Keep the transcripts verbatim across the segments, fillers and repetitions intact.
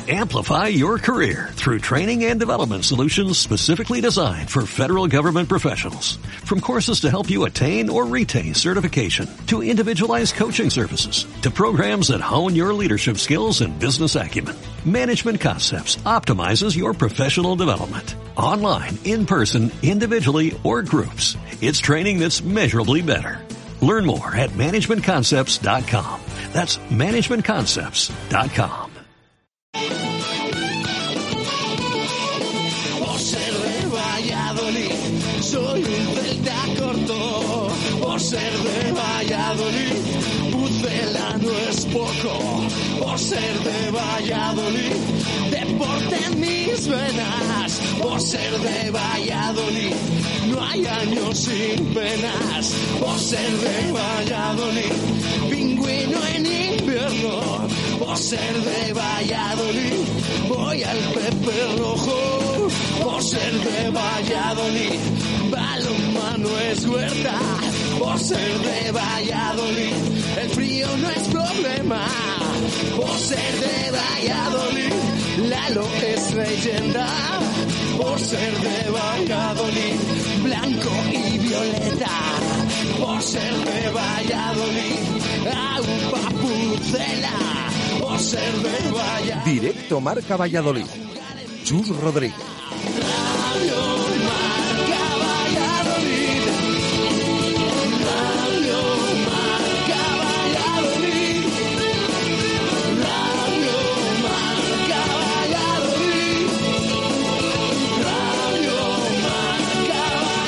Amplify your career through training and development solutions specifically designed for federal government professionals. From courses to help you attain or retain certification, to individualized coaching services, to programs that hone your leadership skills and business acumen, Management Concepts optimizes your professional development. Online, in person, individually, or groups, it's training that's measurably better. Learn more at management concepts dot com. That's management concepts dot com. Por ser de Valladolid, soy un celta corto. Por ser de Valladolid, Pucela no es poco. Por ser de Valladolid, deporte en mis venas. Por ser de Valladolid, no hay años sin penas. Por ser de Valladolid, pingüino en invierno. Por ser de Valladolid, voy al Pepe Rojo. Por ser de Valladolid, balonmano es huerta. Por ser de Valladolid, el frío no es problema. Por ser de Valladolid, Lalo es leyenda. Por ser de Valladolid, blanco y violeta. Por ser de Valladolid, Aupa Pucela. Por ser de Valladolid. Directo Marca Valladolid. Chus Rodríguez. Radio Marca Valladolid. Radio Marca Valladolid. Radio Marca Valladolid. Radio Marca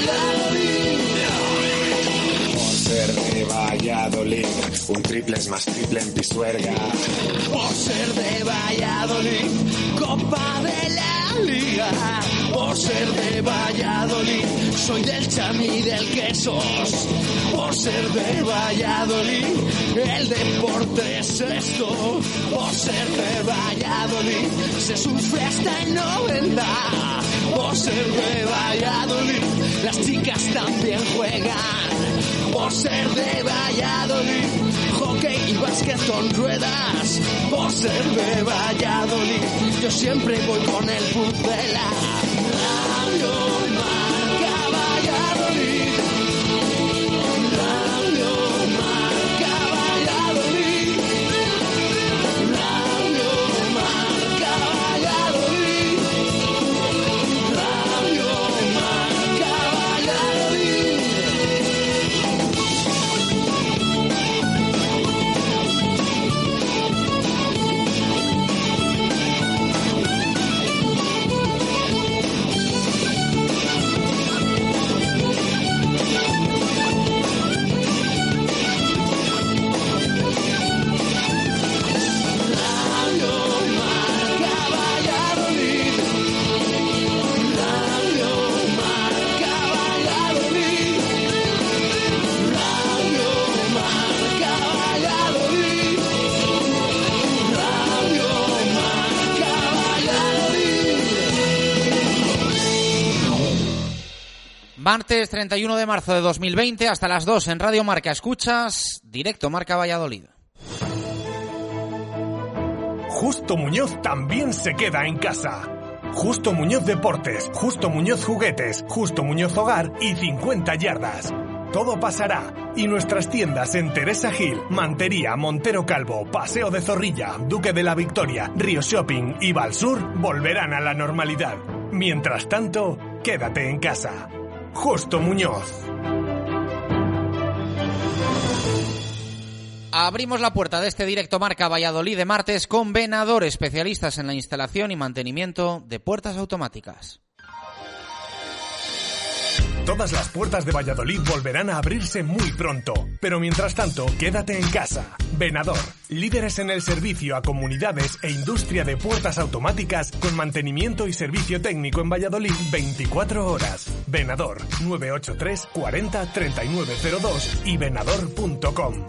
Valladolid. Por ser de Valladolid, un triple es más triple en Pisuerga. Por ser de Valladolid, Copa de la Liga. Por ser de Valladolid, soy del Chami del Quesos. Por ser de Valladolid, el deporte es esto. Por ser de Valladolid, se sufre hasta el noventa. Por ser de Valladolid, las chicas también juegan. Por ser de Valladolid, hockey y básquet con ruedas. Por ser de Valladolid, yo siempre voy con el Pucela. Radio Marca Valladolid. Radio Marca Valladolid. Radio Marca Valladolid. Radio Marca Valladolid. Martes treinta y uno de marzo de dos mil veinte, hasta las dos en Radio Marca. Escuchas Directo Marca Valladolid. Justo Muñoz también se queda en casa. Justo Muñoz Deportes, Justo Muñoz Juguetes, Justo Muñoz Hogar y cincuenta yardas. Todo pasará y nuestras tiendas en Teresa Gil, Mantería, Montero Calvo, Paseo de Zorrilla, Duque de la Victoria, Río Shopping y Valsur volverán a la normalidad. Mientras tanto, quédate en casa. Justo Muñoz. Abrimos la puerta de este Directo Marca Valladolid de martes con Venador, especialistas en la instalación y mantenimiento de puertas automáticas. Todas las puertas de Valladolid volverán a abrirse muy pronto, pero mientras tanto, quédate en casa. Venador, líderes en el servicio a comunidades e industria de puertas automáticas con mantenimiento y servicio técnico en Valladolid veinticuatro horas. Venador, nueve ocho tres cuarenta treinta y nueve cero dos y venador punto com.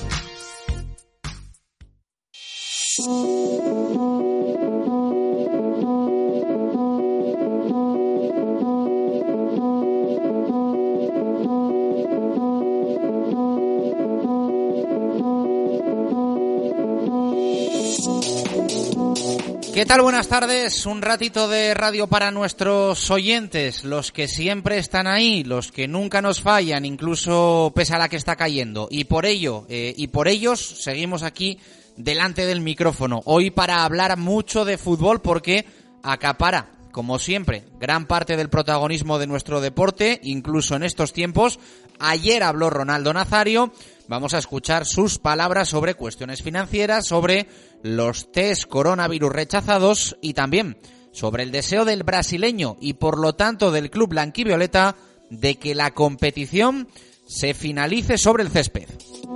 ¿Qué tal? Buenas tardes. Un ratito de radio para nuestros oyentes, los que siempre están ahí, los que nunca nos fallan, incluso pese a la que está cayendo. Y por ello, eh, y por ellos, seguimos aquí delante del micrófono. Hoy para hablar mucho de fútbol porque acapara, como siempre, gran parte del protagonismo de nuestro deporte, incluso en estos tiempos. Ayer habló Ronaldo Nazario. Vamos a escuchar sus palabras sobre cuestiones financieras, sobre los test coronavirus rechazados y también sobre el deseo del brasileño y por lo tanto del club blanquivioleta de que la competición se finalice sobre el césped.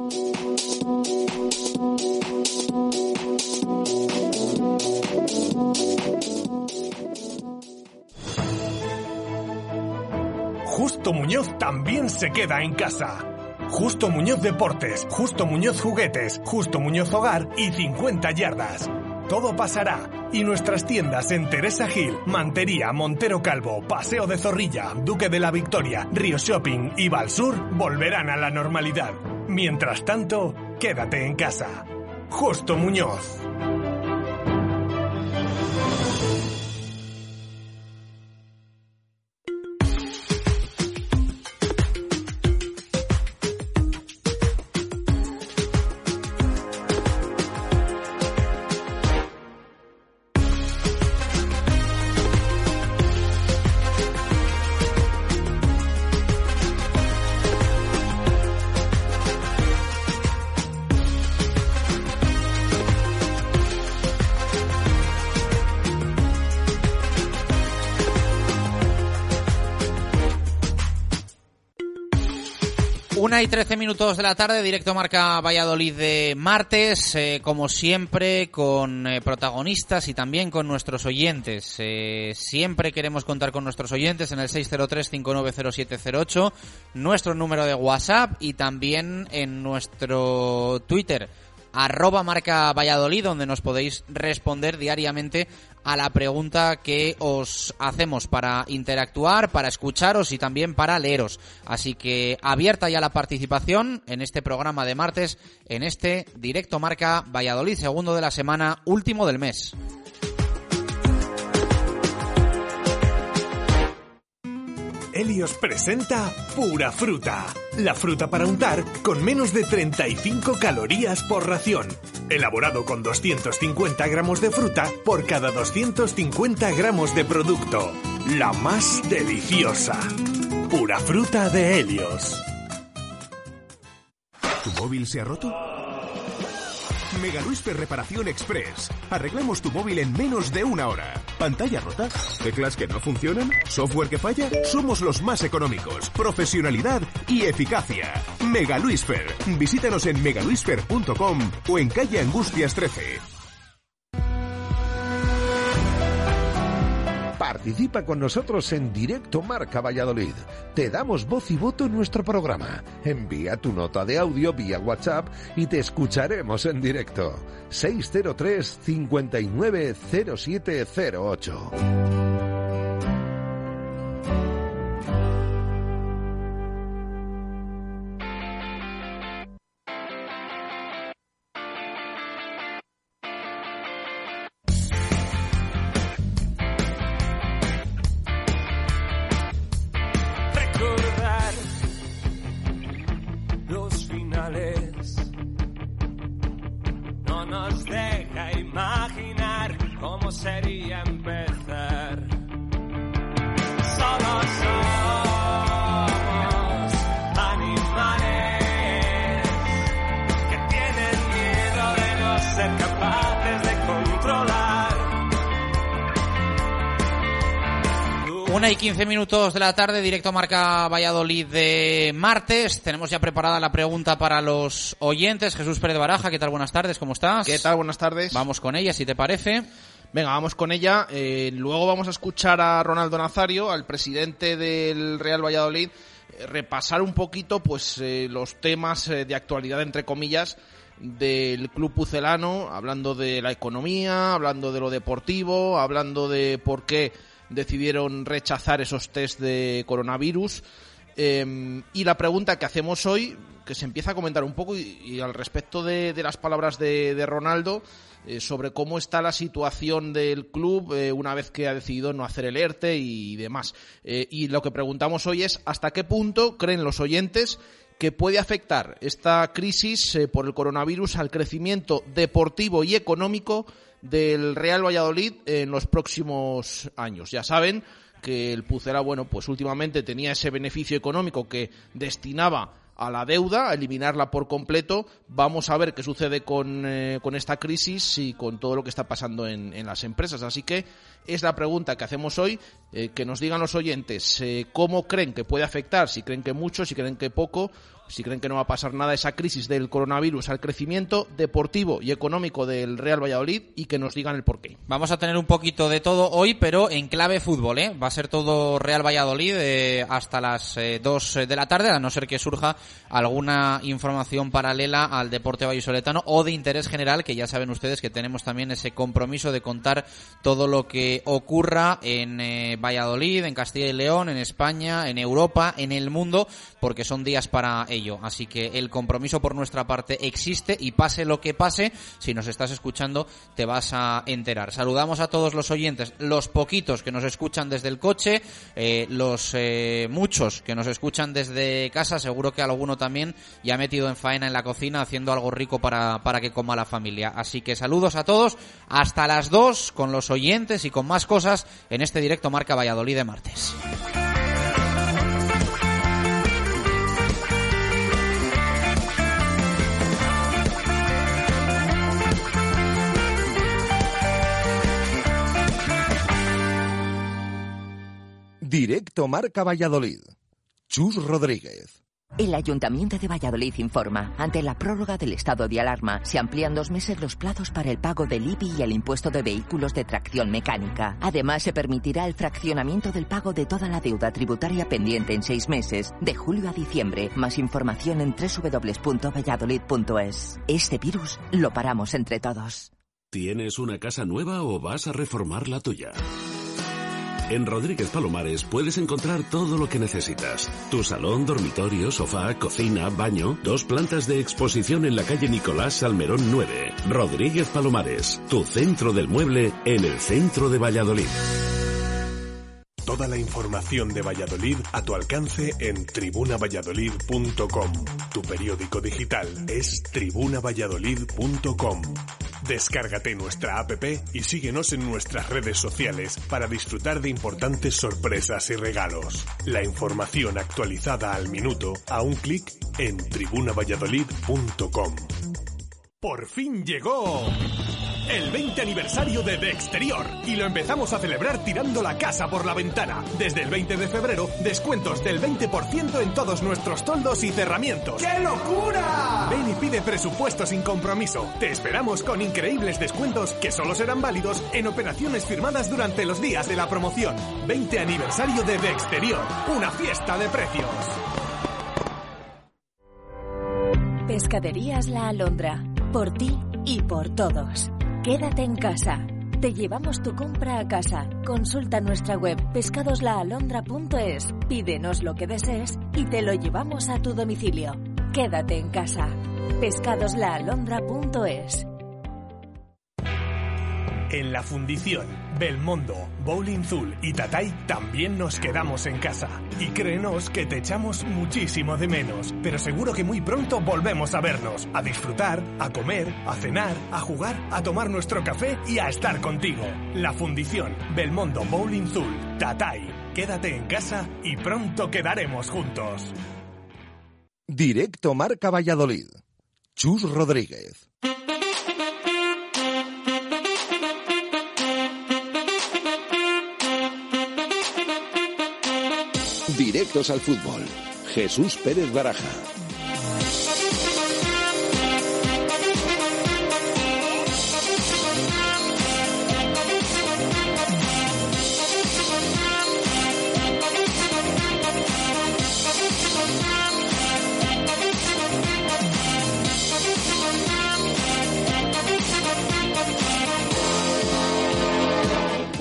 Justo Muñoz también se queda en casa. Justo Muñoz Deportes, Justo Muñoz Juguetes, Justo Muñoz Hogar y cincuenta yardas. Todo pasará y nuestras tiendas en Teresa Gil, Mantería, Montero Calvo, Paseo de Zorrilla, Duque de la Victoria, Río Shopping y Valsur volverán a la normalidad. Mientras tanto, quédate en casa. Justo Muñoz. Una y trece minutos de la tarde, directo Marca Valladolid de martes, eh, como siempre con eh, protagonistas y también con nuestros oyentes. Eh, siempre queremos contar con nuestros oyentes en el seis cero tres, cinco nueve cero siete cero ocho, nuestro número de WhatsApp y también en nuestro Twitter, arroba Marca Valladolid, donde nos podéis responder diariamente a la pregunta que os hacemos para interactuar, para escucharos y también para leeros. Así que abierta ya la participación en este programa de martes, en este directo Marca Valladolid, segundo de la semana, último del mes. Helios presenta Pura Fruta, la fruta para untar con menos de treinta y cinco calorías por ración. Elaborado con doscientos cincuenta gramos de fruta por cada doscientos cincuenta gramos de producto. La más deliciosa. Pura Fruta de Helios. ¿Tu móvil se ha roto? Megaluisfer Reparación Express. Arreglamos tu móvil en menos de una hora. ¿Pantalla rota? ¿Teclas que no funcionan? ¿Software que falla? Somos los más económicos. Profesionalidad y eficacia. Megaluisfer. Visítanos en megaluisfer punto com o en calle Angustias trece. Participa con nosotros en Directo Marca Valladolid. Te damos voz y voto en nuestro programa. Envía tu nota de audio vía WhatsApp y te escucharemos en directo. seis cero tres, cinco nueve cero siete cero ocho. Sería empezar. Solo somos animales que tienen miedo de no ser capaces de controlar. Una y quince minutos de la tarde, directo Marca Valladolid de martes. Tenemos ya preparada la pregunta para los oyentes. Jesús Pérez Baraja, ¿qué tal? Buenas tardes, ¿cómo estás? ¿Qué tal? Buenas tardes. Vamos con ella, si te parece. Venga, vamos con ella. Eh, luego vamos a escuchar a Ronaldo Nazario, al presidente del Real Valladolid, eh, repasar un poquito pues eh, los temas eh, de actualidad, entre comillas, del club pucelano, hablando de la economía, hablando de lo deportivo, hablando de por qué decidieron rechazar esos test de coronavirus. Eh, y la pregunta que hacemos hoy, que se empieza a comentar un poco, y, y al respecto de, de las palabras de, de Ronaldo, eh, sobre cómo está la situación del club eh, una vez que ha decidido no hacer el ERTE y demás. Eh, y lo que preguntamos hoy es hasta qué punto creen los oyentes que puede afectar esta crisis eh, por el coronavirus al crecimiento deportivo y económico del Real Valladolid en los próximos años. Ya saben que el Pucela, bueno, pues últimamente tenía ese beneficio económico que destinaba a la deuda, a eliminarla por completo. Vamos a ver qué sucede con, eh, con esta crisis y con todo lo que está pasando en, en las empresas. Así que es la pregunta que hacemos hoy, eh, que nos digan los oyentes eh, cómo creen que puede afectar, si creen que mucho, si creen que poco, si creen que no va a pasar nada esa crisis del coronavirus al crecimiento deportivo y económico del Real Valladolid, y que nos digan el porqué. Vamos a tener un poquito de todo hoy, pero en clave fútbol, ¿eh? Va a ser todo Real Valladolid eh, hasta las eh, dos de la tarde, a no ser que surja alguna información paralela al deporte vallisoletano o de interés general, que ya saben ustedes que tenemos también ese compromiso de contar todo lo que ocurra en eh, Valladolid, en Castilla y León, en España, en Europa, en el mundo, porque son días para ello. Así que el compromiso por nuestra parte existe, y pase lo que pase, si nos estás escuchando te vas a enterar. Saludamos a todos los oyentes, los poquitos que nos escuchan desde el coche, eh, los eh, muchos que nos escuchan desde casa, seguro que alguno también ya ha metido en faena en la cocina haciendo algo rico para, para que coma la familia. Así que saludos a todos, hasta las dos con los oyentes y con más cosas en este directo Marca Valladolid de martes. Directo Marca Valladolid. Chus Rodríguez. El Ayuntamiento de Valladolid informa. Ante la prórroga del estado de alarma, se amplían dos meses los plazos para el pago del I B I y el impuesto de vehículos de tracción mecánica. Además, se permitirá el fraccionamiento del pago de toda la deuda tributaria pendiente en seis meses, de julio a diciembre. Más información en doble u doble u doble u punto valladolid punto es. Este virus lo paramos entre todos. ¿Tienes una casa nueva o vas a reformar la tuya? En Rodríguez Palomares puedes encontrar todo lo que necesitas. Tu salón, dormitorio, sofá, cocina, baño, dos plantas de exposición en la calle Nicolás Salmerón nueve. Rodríguez Palomares, tu centro del mueble en el centro de Valladolid. Toda la información de Valladolid a tu alcance en tribuna valladolid punto com. Tu periódico digital es tribuna valladolid punto com. Descárgate nuestra app y síguenos en nuestras redes sociales para disfrutar de importantes sorpresas y regalos. La información actualizada al minuto a un clic en tribuna valladolid punto com. Por fin llegó el veinte aniversario de De Exterior y lo empezamos a celebrar tirando la casa por la ventana. Desde el veinte de febrero, descuentos del veinte por ciento en todos nuestros toldos y cerramientos. ¡Qué locura! Ven y pide presupuesto sin compromiso. Te esperamos con increíbles descuentos que solo serán válidos en operaciones firmadas durante los días de la promoción. veinte aniversario de De Exterior, una fiesta de precios. Pescaderías La Alondra, por ti y por todos. Quédate en casa. Te llevamos tu compra a casa. Consulta nuestra web pescados la alondra punto es. Pídenos lo que desees y te lo llevamos a tu domicilio. Quédate en casa. pescados la alondra punto es. En la fundición, Belmondo, Bowling Zul y Tatay también nos quedamos en casa. Y créenos que te echamos muchísimo de menos, pero seguro que muy pronto volvemos a vernos, a disfrutar, a comer, a cenar, a jugar, a tomar nuestro café y a estar contigo. La fundición, Belmondo, Bowling Zul, Tatay. Quédate en casa y pronto quedaremos juntos. Directo Marca Valladolid. Chus Rodríguez. Directos al fútbol. Jesús Pérez Baraja.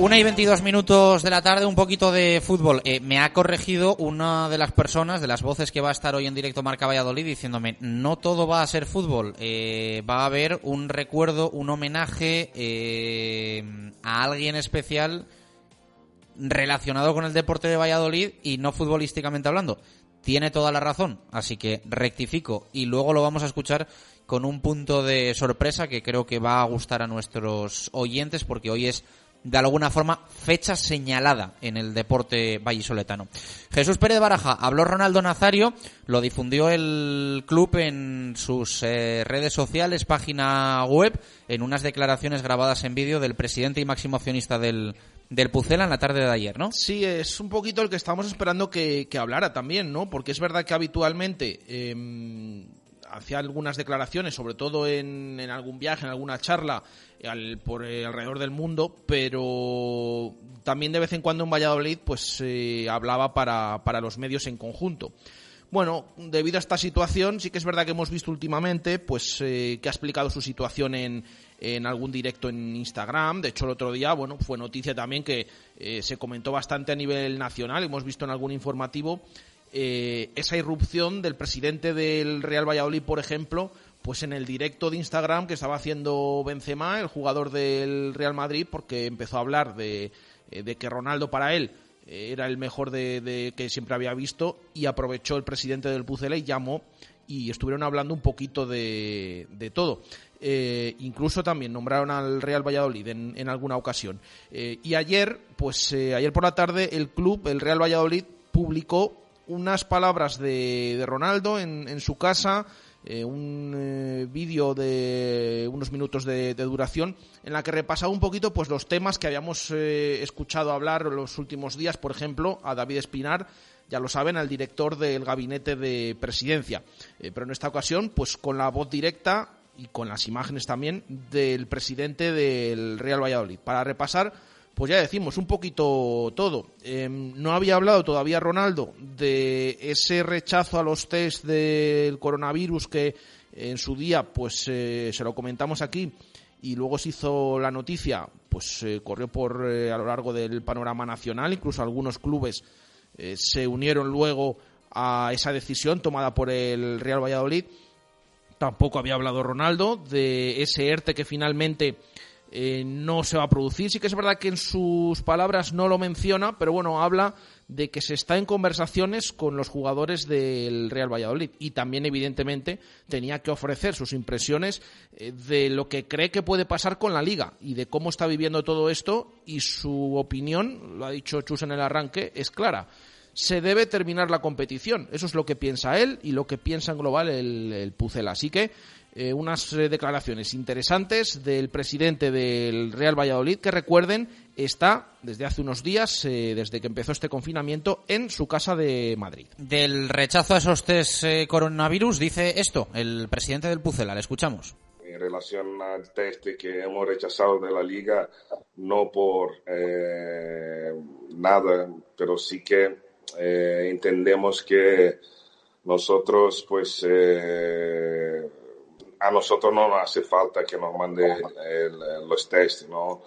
Una y veintidós minutos de la tarde, un poquito de fútbol. Eh, me ha corregido una de las personas, de las voces que va a estar hoy en directo Marca Valladolid, diciéndome, no todo va a ser fútbol. Eh, va a haber un recuerdo, un homenaje eh, a alguien especial relacionado con el deporte de Valladolid y no futbolísticamente hablando. Tiene toda la razón, así que rectifico y luego lo vamos a escuchar con un punto de sorpresa que creo que va a gustar a nuestros oyentes, porque hoy es de alguna forma fecha señalada en el deporte vallisoletano. Jesús Pérez Baraja, habló Ronaldo Nazario, lo difundió el club en sus eh, redes sociales, página web, en unas declaraciones grabadas en vídeo del presidente y máximo accionista del del Pucela en la tarde de ayer, ¿no? Sí, es un poquito el que estábamos esperando que, que hablara también, ¿no? Porque es verdad que habitualmente eh, hacía algunas declaraciones, sobre todo en, en algún viaje, en alguna charla al, por eh, alrededor del mundo, pero también de vez en cuando en Valladolid pues eh, hablaba para, para los medios en conjunto. Bueno, debido a esta situación, sí que es verdad que hemos visto últimamente pues eh, que ha explicado su situación en, en algún directo en Instagram. De hecho, el otro día, bueno, fue noticia también que eh, se comentó bastante a nivel nacional. Hemos visto en algún informativo eh, esa irrupción del presidente del Real Valladolid, por ejemplo, pues en el directo de Instagram que estaba haciendo Benzema, el jugador del Real Madrid, porque empezó a hablar de, de que Ronaldo para él era el mejor de, de que siempre había visto, y aprovechó el presidente del Pucela y llamó y estuvieron hablando un poquito de, de todo. Eh, incluso también nombraron al Real Valladolid en, en alguna ocasión. Eh, y ayer, pues eh, ayer por la tarde, el club, el Real Valladolid, publicó unas palabras de, de Ronaldo en, en su casa, eh, un eh, vídeo de unos minutos de, de duración, en la que repasaba un poquito pues los temas que habíamos eh, escuchado hablar los últimos días, por ejemplo, a David Espinar, ya lo saben, al director del gabinete de presidencia. Eh, pero en esta ocasión, pues con la voz directa y con las imágenes también del presidente del Real Valladolid, para repasar, pues ya decimos, un poquito todo. Eh, no había hablado todavía Ronaldo de ese rechazo a los test del coronavirus que en su día pues eh, se lo comentamos aquí y luego se hizo la noticia, pues eh, corrió por eh, a lo largo del panorama nacional, incluso algunos clubes eh, se unieron luego a esa decisión tomada por el Real Valladolid. Tampoco había hablado Ronaldo de ese ERTE que finalmente Eh, no se va a producir. Sí que es verdad que en sus palabras no lo menciona, pero bueno, habla de que se está en conversaciones con los jugadores del Real Valladolid y también evidentemente tenía que ofrecer sus impresiones eh, de lo que cree que puede pasar con la Liga y de cómo está viviendo todo esto, y su opinión, lo ha dicho Chus en el arranque, es clara. Se debe terminar la competición. Eso es lo que piensa él y lo que piensa en global el, el Pucela. Así que eh, unas eh, declaraciones interesantes del presidente del Real Valladolid, que recuerden, está desde hace unos días, eh, desde que empezó este confinamiento, en su casa de Madrid. Del rechazo a esos test eh, coronavirus dice esto el presidente del Pucela. Le escuchamos. En relación al test que hemos rechazado de la Liga, no por eh, nada, pero sí que Eh, entendemos que nosotros, pues, eh, a nosotros no nos hace falta que nos mande el, los test, ¿no?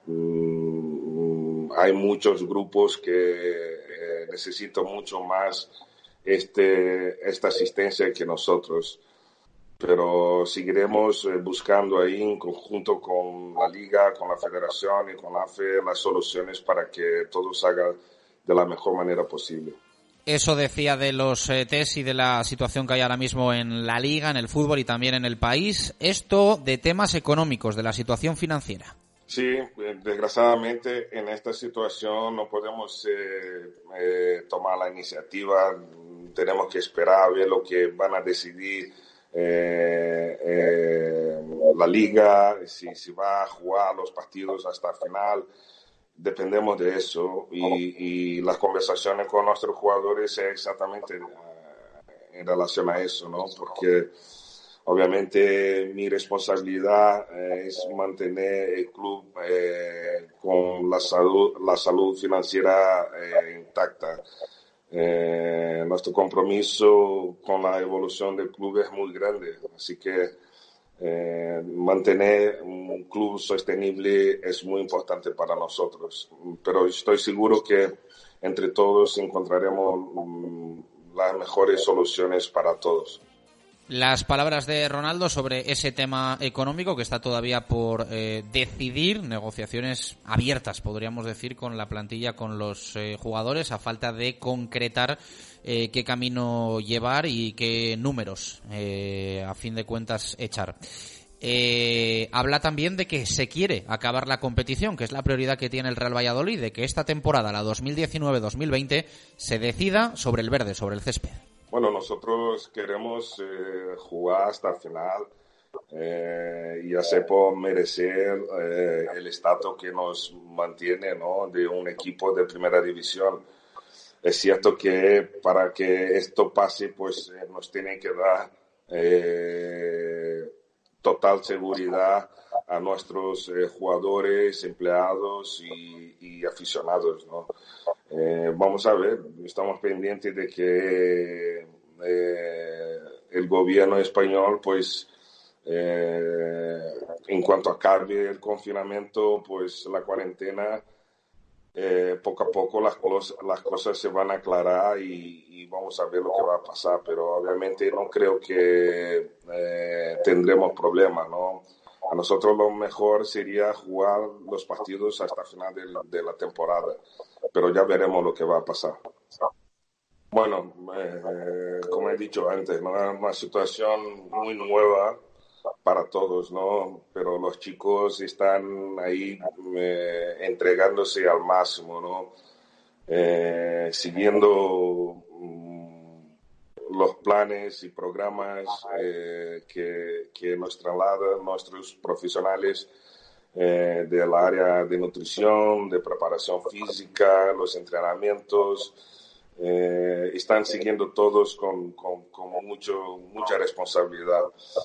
Mm, hay muchos grupos que eh, necesitan mucho más este, esta asistencia que nosotros, pero seguiremos eh, buscando ahí en conjunto con la Liga, con la Federación y con la A F E las soluciones para que todo se haga de la mejor manera posible. Eso decía de los eh, test y de la situación que hay ahora mismo en la Liga, en el fútbol y también en el país. Esto de temas económicos, de la situación financiera. Sí, desgraciadamente en esta situación no podemos eh, eh, tomar la iniciativa. Tenemos que esperar a ver lo que van a decidir eh, eh, la Liga, si, si va a jugar los partidos hasta el final. Dependemos de eso y, y las conversaciones con nuestros jugadores es exactamente en relación a eso, ¿no? Porque obviamente mi responsabilidad es mantener el club eh, con la salud, la salud financiera eh, intacta. Eh, nuestro compromiso con la evolución del club es muy grande, así que eh, mantener un club sostenible es muy importante para nosotros. Pero estoy seguro que entre todos encontraremos um, las mejores soluciones para todos. Las palabras de Ronaldo sobre ese tema económico que está todavía por eh, decidir, negociaciones abiertas, podríamos decir, con la plantilla, con los eh, jugadores, a falta de concretar eh, qué camino llevar y qué números, eh, a fin de cuentas, echar. Eh, habla también de que se quiere acabar la competición, que es la prioridad que tiene el Real Valladolid, de que esta temporada, la dos mil diecinueve dos mil veinte, se decida sobre el verde, sobre el césped. Bueno, nosotros queremos eh, jugar hasta el final eh, y así por merecer eh, el estatus que nos mantiene, ¿no?, de un equipo de primera división. Es cierto que para que esto pase, pues eh, nos tiene que dar eh, total seguridad a nuestros eh, jugadores, empleados y, y aficionados, ¿no? Eh, vamos a ver, estamos pendientes de que eh, el gobierno español, pues, eh, en cuanto acabe el confinamiento, pues la cuarentena, eh, poco a poco las, las cosas se van a aclarar y, y vamos a ver lo que va a pasar, pero obviamente no creo que eh, tendremos problemas, ¿no? A nosotros lo mejor sería jugar los partidos hasta el final de la, de la temporada, pero ya veremos lo que va a pasar. Bueno, eh, como he dicho antes, ¿no?, es una situación muy nueva para todos, ¿no? Pero los chicos están ahí eh, entregándose al máximo, ¿no? Eh, siguiendo los planes y programas eh, que, que nos trasladan nuestros profesionales eh, del área de nutrición, de preparación física, los entrenamientos. Eh, están siguiendo todos con, con, con mucho, mucha responsabilidad.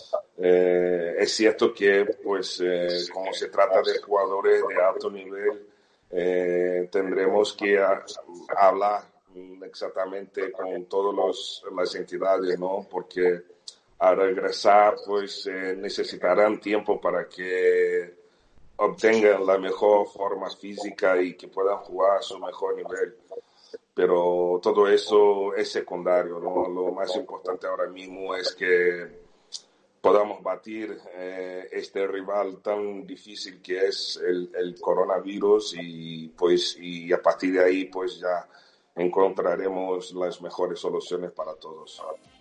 Eh, es cierto que, pues, eh, como se trata de jugadores de alto nivel, eh, tendremos que a, hablar exactamente con todas las entidades, ¿no? Porque al regresar, pues, eh, necesitarán tiempo para que obtengan la mejor forma física y que puedan jugar a su mejor nivel. Pero todo eso es secundario, ¿no? Lo más importante ahora mismo es que podamos batir eh, este rival tan difícil que es el, el coronavirus y, pues, y a partir de ahí, pues, ya encontraremos las mejores soluciones para todos.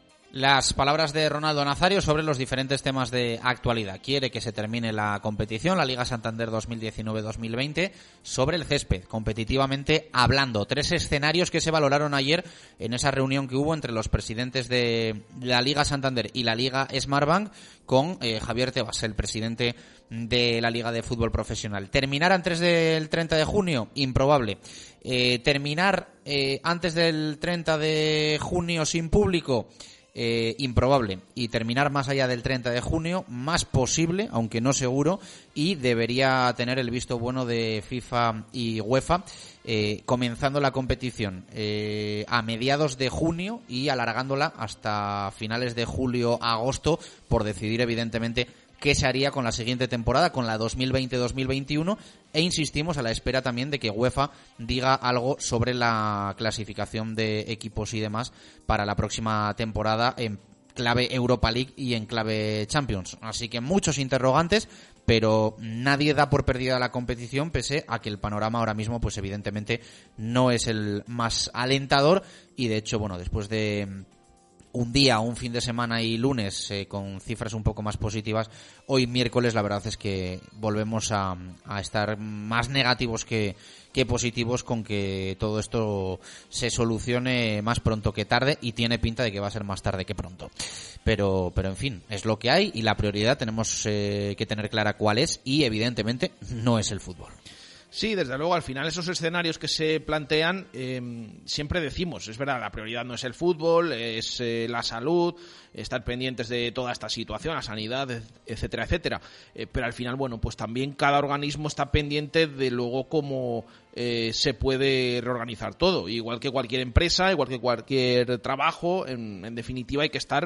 Las palabras de Ronaldo Nazario sobre los diferentes temas de actualidad. Quiere que se termine la competición, la Liga Santander dos mil diecinueve dos mil veinte, sobre el césped, competitivamente hablando. Tres escenarios que se valoraron ayer en esa reunión que hubo entre los presidentes de la Liga Santander y la Liga Smartbank con eh, Javier Tebas, el presidente de la Liga de Fútbol Profesional. ¿Terminar antes del treinta de junio? Improbable. Eh, ¿Terminar eh, antes del treinta de junio sin público? Eh, improbable. Y terminar más allá del treinta de junio, más posible, aunque no seguro, y debería tener el visto bueno de FIFA y UEFA, eh, comenzando la competición eh, a mediados de junio y alargándola hasta finales de julio, agosto, por decidir evidentemente qué se haría con la siguiente temporada, con la dos mil veinte dos mil veintiuno, e insistimos a la espera también de que UEFA diga algo sobre la clasificación de equipos y demás para la próxima temporada en clave Europa League y en clave Champions. Así que muchos interrogantes, pero nadie da por perdida la competición, pese a que el panorama ahora mismo, pues evidentemente no es el más alentador, y de hecho, bueno, después de un día, un fin de semana y lunes eh, con cifras un poco más positivas, hoy miércoles la verdad es que volvemos a, a estar más negativos que, que positivos con que todo esto se solucione más pronto que tarde, y tiene pinta de que va a ser más tarde que pronto. Pero, pero en fin, es lo que hay, y la prioridad tenemos eh, que tener clara cuál es, y evidentemente no es el fútbol. Sí, desde luego, al final esos escenarios que se plantean, eh, siempre decimos, es verdad, la prioridad no es el fútbol, es eh, la salud, estar pendientes de toda esta situación, la sanidad, etcétera, etcétera. Eh, pero al final, bueno, pues también cada organismo está pendiente de luego cómo eh, se puede reorganizar todo. Igual que cualquier empresa, igual que cualquier trabajo, en, en definitiva hay que estar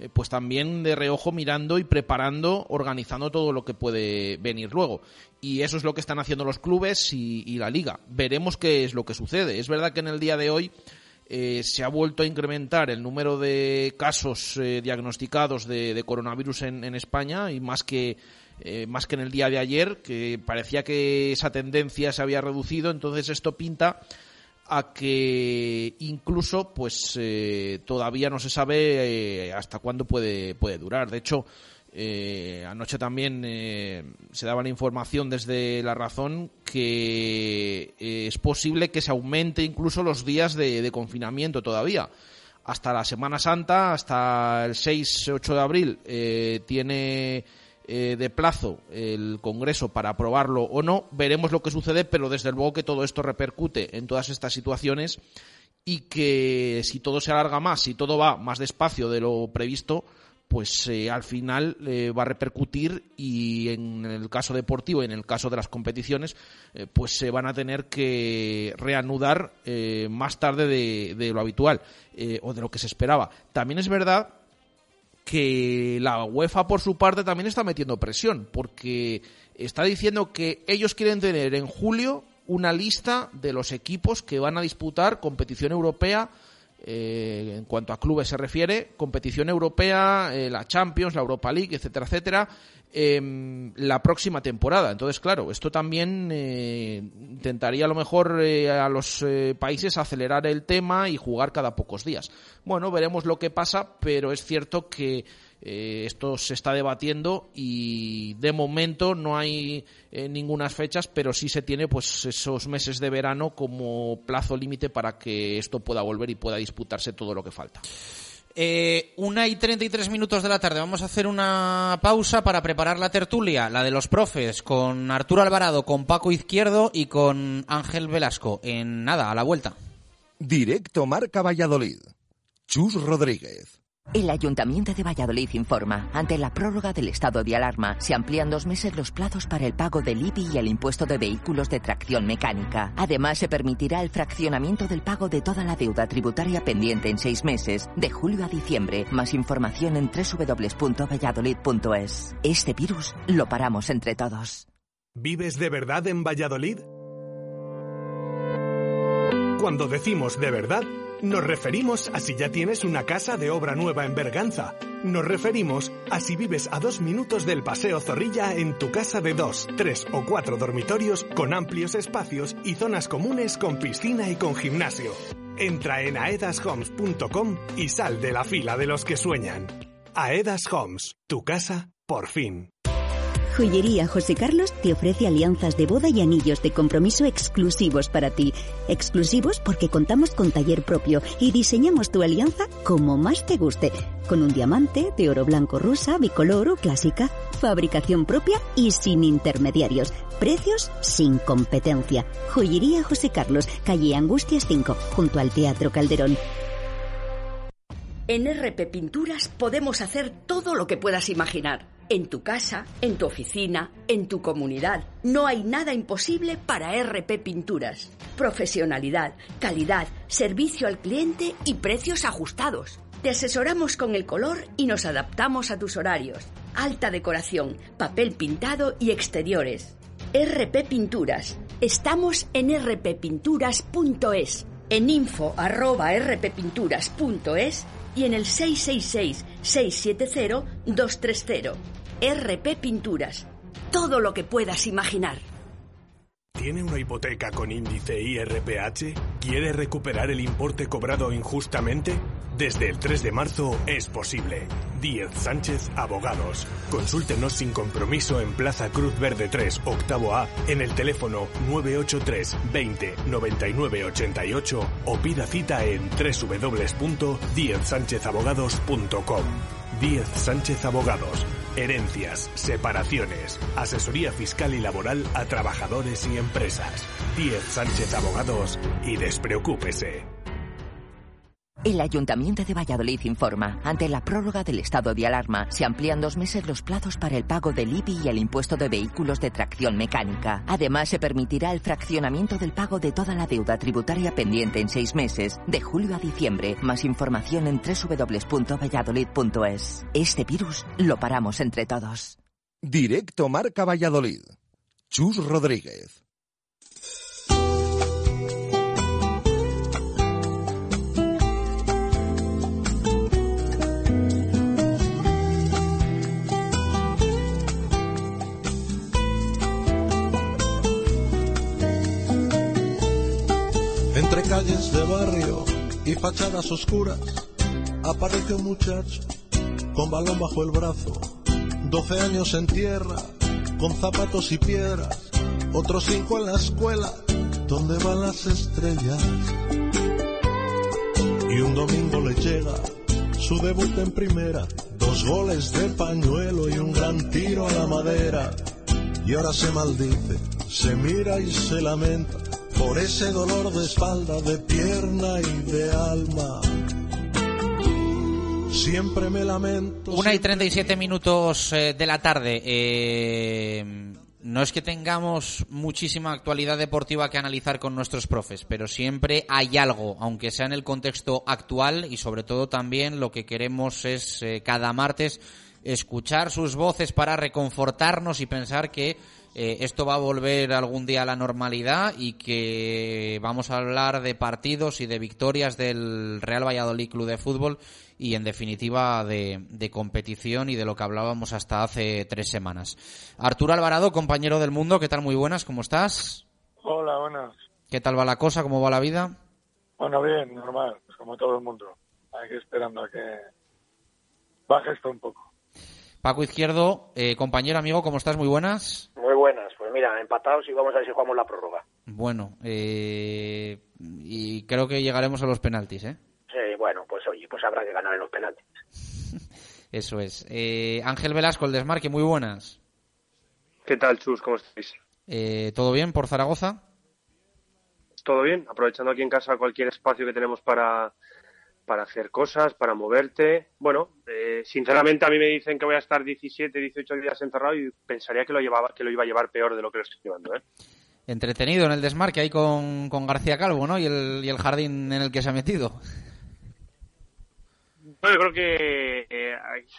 eh, pues también de reojo mirando y preparando, organizando todo lo que puede venir luego. Y eso es lo que están haciendo los clubes y, y la Liga. Veremos qué es lo que sucede. Es verdad que en el día de hoy eh, se ha vuelto a incrementar el número de casos eh, diagnosticados de, de coronavirus en, en España, y más que Eh, más que en el día de ayer, que parecía que esa tendencia se había reducido. Entonces esto pinta a que incluso pues eh, todavía no se sabe eh, hasta cuándo puede, puede durar. De hecho, eh, anoche también eh, se daba la información desde La Razón que eh, es posible que se aumente incluso los días de, de confinamiento todavía. Hasta la Semana Santa, hasta el seis ocho de abril, eh, tiene Eh, de plazo el Congreso para aprobarlo o no. Veremos lo que sucede, pero desde luego que todo esto repercute en todas estas situaciones, y que si todo se alarga más, si todo va más despacio de lo previsto, pues eh, al final eh, va a repercutir, y en el caso deportivo y en el caso de las competiciones eh, pues se van a tener que reanudar eh, más tarde de, de lo habitual eh, o de lo que se esperaba. También es verdad que la UEFA por su parte también está metiendo presión, porque está diciendo que ellos quieren tener en julio una lista de los equipos que van a disputar competición europea, eh, en cuanto a clubes se refiere, competición europea, eh, la Champions, la Europa League, etcétera, etcétera, eh, la próxima temporada. Entonces, claro, esto también eh, intentaría a lo mejor eh, a los eh, países acelerar el tema y jugar cada pocos días. Bueno, veremos lo que pasa, pero es cierto que eh, esto se está debatiendo, y de momento no hay eh, ningunas fechas, pero sí se tiene pues esos meses de verano como plazo límite para que esto pueda volver y pueda disputarse todo lo que falta. Eh, una y treinta y tres minutos de la tarde. Vamos a hacer una pausa para preparar la tertulia, la de los profes, con Arturo Alvarado, con Paco Izquierdo y con Ángel Velasco. En nada, a la vuelta. Directo Marca Valladolid. Chus Rodríguez. El Ayuntamiento de Valladolid informa. Ante la prórroga del estado de alarma, se amplían dos meses los plazos para el pago del I B I y el impuesto de vehículos de tracción mecánica. Además, se permitirá el fraccionamiento del pago de toda la deuda tributaria pendiente en seis meses, de julio a diciembre. Más información en doble u doble u doble u punto valladolid punto es. Este virus lo paramos entre todos. ¿Vives de verdad en Valladolid? Cuando decimos de verdad, nos referimos a si ya tienes una casa de obra nueva en Berganza. Nos referimos a si vives a dos minutos del Paseo Zorrilla en tu casa de dos, tres o cuatro dormitorios con amplios espacios y zonas comunes con piscina y con gimnasio. Entra en aedas homes punto com y sal de la fila de los que sueñan. Aedas Homes, tu casa, por fin. Joyería José Carlos te ofrece alianzas de boda y anillos de compromiso exclusivos para ti. Exclusivos porque contamos con taller propio y diseñamos tu alianza como más te guste. Con un diamante, de oro blanco rosa, bicolor o clásica. Fabricación propia y sin intermediarios. Precios sin competencia. Joyería José Carlos, calle Angustias cinco, junto al Teatro Calderón. En R P Pinturas podemos hacer todo lo que puedas imaginar. En tu casa, en tu oficina, en tu comunidad. No hay nada imposible para R P Pinturas. Profesionalidad, calidad, servicio al cliente y precios ajustados. Te asesoramos con el color y nos adaptamos a tus horarios. Alta decoración, papel pintado y exteriores. R P Pinturas. Estamos en r p pinturas punto es, en info arroba r p pinturas punto es y en el seis seis seis, seis siete cero, dos tres cero. R P Pinturas. Todo lo que puedas imaginar. ¿Tiene una hipoteca con índice I R P H? ¿Quiere recuperar el importe cobrado injustamente? Desde el tres de marzo es posible. Díez Sánchez Abogados. Consúltenos sin compromiso en Plaza Cruz Verde tres, octavo A, en el teléfono nueve ocho tres, veinte, noventa y nueve ochenta y ocho o pida cita en doble u doble u doble u punto diez sánchez abogados punto com. Díez Sánchez Abogados. Herencias, separaciones, asesoría fiscal y laboral a trabajadores y empresas. Díez Sánchez Abogados y despreocúpese. El Ayuntamiento de Valladolid informa. Ante la prórroga del estado de alarma, se amplían dos meses los plazos para el pago del I B I y el impuesto de vehículos de tracción mecánica. Además, se permitirá el fraccionamiento del pago de toda la deuda tributaria pendiente en seis meses, de julio a diciembre. Más información en doble u doble u doble u punto valladolid punto es. Este virus lo paramos entre todos. Directo Marca Valladolid. Chus Rodríguez. Entre calles de barrio y fachadas oscuras, aparece un muchacho con balón bajo el brazo, doce años en tierra, con zapatos y piedras, otros cinco en la escuela, donde van las estrellas. Y un domingo le llega su debut en primera, dos goles de pañuelo y un gran tiro a la madera. Y ahora se maldice, se mira y se lamenta por ese dolor de espalda, de pierna y de alma. Siempre me lamento. Una y treinta y siete minutos eh, de la tarde. Eh, no es que tengamos muchísima actualidad deportiva que analizar con nuestros profes, pero siempre hay algo, aunque sea en el contexto actual, y sobre todo también lo que queremos es eh, cada martes escuchar sus voces para reconfortarnos y pensar que Eh, esto va a volver algún día a la normalidad y que vamos a hablar de partidos y de victorias del Real Valladolid Club de Fútbol y en definitiva de, de competición y de lo que hablábamos hasta hace tres semanas. Arturo Alvarado, compañero del Mundo, ¿qué tal? Muy buenas, ¿cómo estás? Hola, buenas. ¿Qué tal va la cosa? ¿Cómo va la vida? Bueno, bien, normal, pues como todo el mundo. Aquí esperando a que baje esto un poco. Paco Izquierdo, eh, compañero, amigo, ¿cómo estás? Muy buenas. Muy buenas, pues mira, empatados y vamos a ver si jugamos la prórroga. Bueno, eh, y creo que llegaremos a los penaltis, ¿eh? Sí, bueno, pues oye, pues habrá que ganar en los penaltis. Eso es. Eh, Ángel Velasco, el Desmarque, muy buenas. ¿Qué tal, Chus? ¿Cómo estáis? Eh, ¿Todo bien por Zaragoza? Todo bien, aprovechando aquí en casa cualquier espacio que tenemos para... para hacer cosas, para moverte. Bueno, eh, sinceramente a mí me dicen que voy a estar diecisiete, dieciocho días encerrado y pensaría que lo llevaba, que lo iba a llevar peor de lo que lo estoy llevando, ¿eh? Entretenido en el Desmarque ahí con, con García Calvo, ¿no? Y el, y el jardín en el que se ha metido. Bueno, yo creo que eh,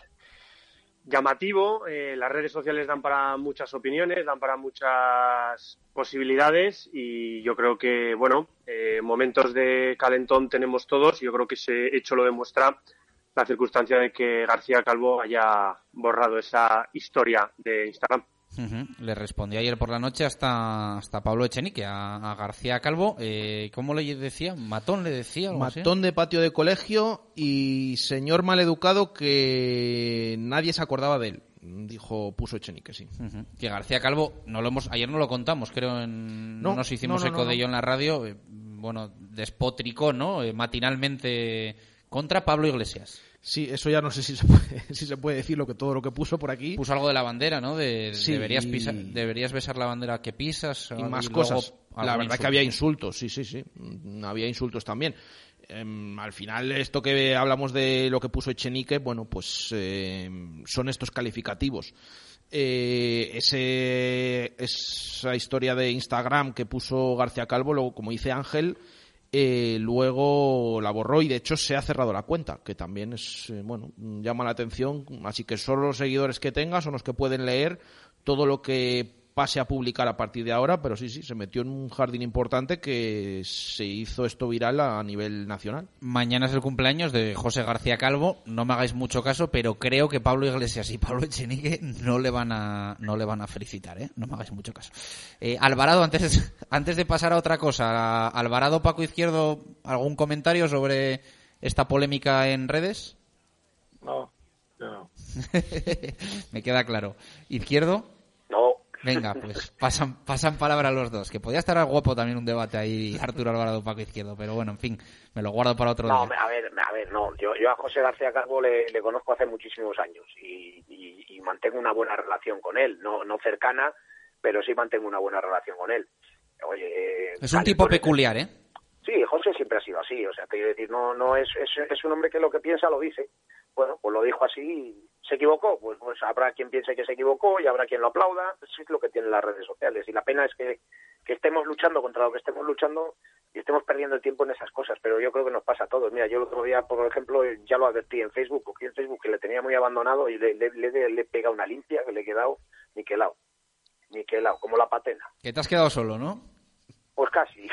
llamativo, eh, las redes sociales dan para muchas opiniones, dan para muchas posibilidades y yo creo que, bueno, eh, momentos de calentón tenemos todos y yo creo que ese hecho lo demuestra la circunstancia de que García Calvo haya borrado esa historia de Instagram. Uh-huh. Le respondió ayer por la noche hasta hasta Pablo Echenique a, a García Calvo. Eh, ¿Cómo le decía? ¿Matón le decía? Algo Matón así. De patio de colegio y señor maleducado que nadie se acordaba de él. Dijo, puso Echenique, sí. Uh-huh. Que García Calvo, no lo hemos, ayer no lo contamos, creo, en, no, nos hicimos no, no, eco no, no. de ello en la radio. Eh, bueno, despotricó, ¿no? Eh, matinalmente contra Pablo Iglesias. Sí, eso ya no sé si se puede, si se puede decir lo que todo lo que puso por aquí. Puso algo de la bandera, ¿no? De, sí, deberías y... pisar, deberías besar la bandera que pisas. Y más y cosas. La verdad insulto. que había insultos, sí, sí, sí. Había insultos también. Eh, al final, esto que hablamos de lo que puso Echenique, bueno, pues eh, son estos calificativos. Eh, ese, esa historia de Instagram que puso García Calvo, luego, como dice Ángel, Eh, luego la borró y de hecho se ha cerrado la cuenta, que también es eh, bueno, llama la atención, así que solo los seguidores que tengas son los que pueden leer todo lo que pase a publicar a partir de ahora, pero sí, sí, se metió en un jardín importante que se hizo esto viral a nivel nacional. Mañana es el cumpleaños de José García Calvo, no me hagáis mucho caso, pero creo que Pablo Iglesias y Pablo Echenique no le van a no le van a felicitar, ¿eh? No me hagáis mucho caso. Eh, Alvarado, antes, antes de pasar a otra cosa, Alvarado, Paco Izquierdo, ¿algún comentario sobre esta polémica en redes? No, yo no. Me queda claro. ¿Izquierdo? No. Venga, pues pasan pasan palabra los dos. Que podía estar guapo también un debate ahí, Arturo Alvarado, Paco Izquierdo, pero bueno, en fin, me lo guardo para otro no, día. a ver, a ver, no. Yo, yo a José García Calvo le, le conozco hace muchísimos años y, y, y mantengo una buena relación con él. No, no cercana, pero sí mantengo una buena relación con él. Oye, es un tipo peculiar, ¿eh? Sí, José siempre ha sido así. así, o sea, te quiero decir, no no es, es es un hombre que lo que piensa lo dice. Bueno, pues lo dijo así y se equivocó, pues, pues habrá quien piense que se equivocó y habrá quien lo aplauda, eso es lo que tienen las redes sociales, y la pena es que, que estemos luchando contra lo que estemos luchando y estemos perdiendo el tiempo en esas cosas, pero yo creo que nos pasa a todos. Mira, yo el otro día, por ejemplo, ya lo advertí en Facebook, porque en Facebook que le tenía muy abandonado y le, le, le, le he pegado una limpia que le he quedado niquelado, niquelado, como la patena. Que te has quedado solo, ¿no? Pues casi,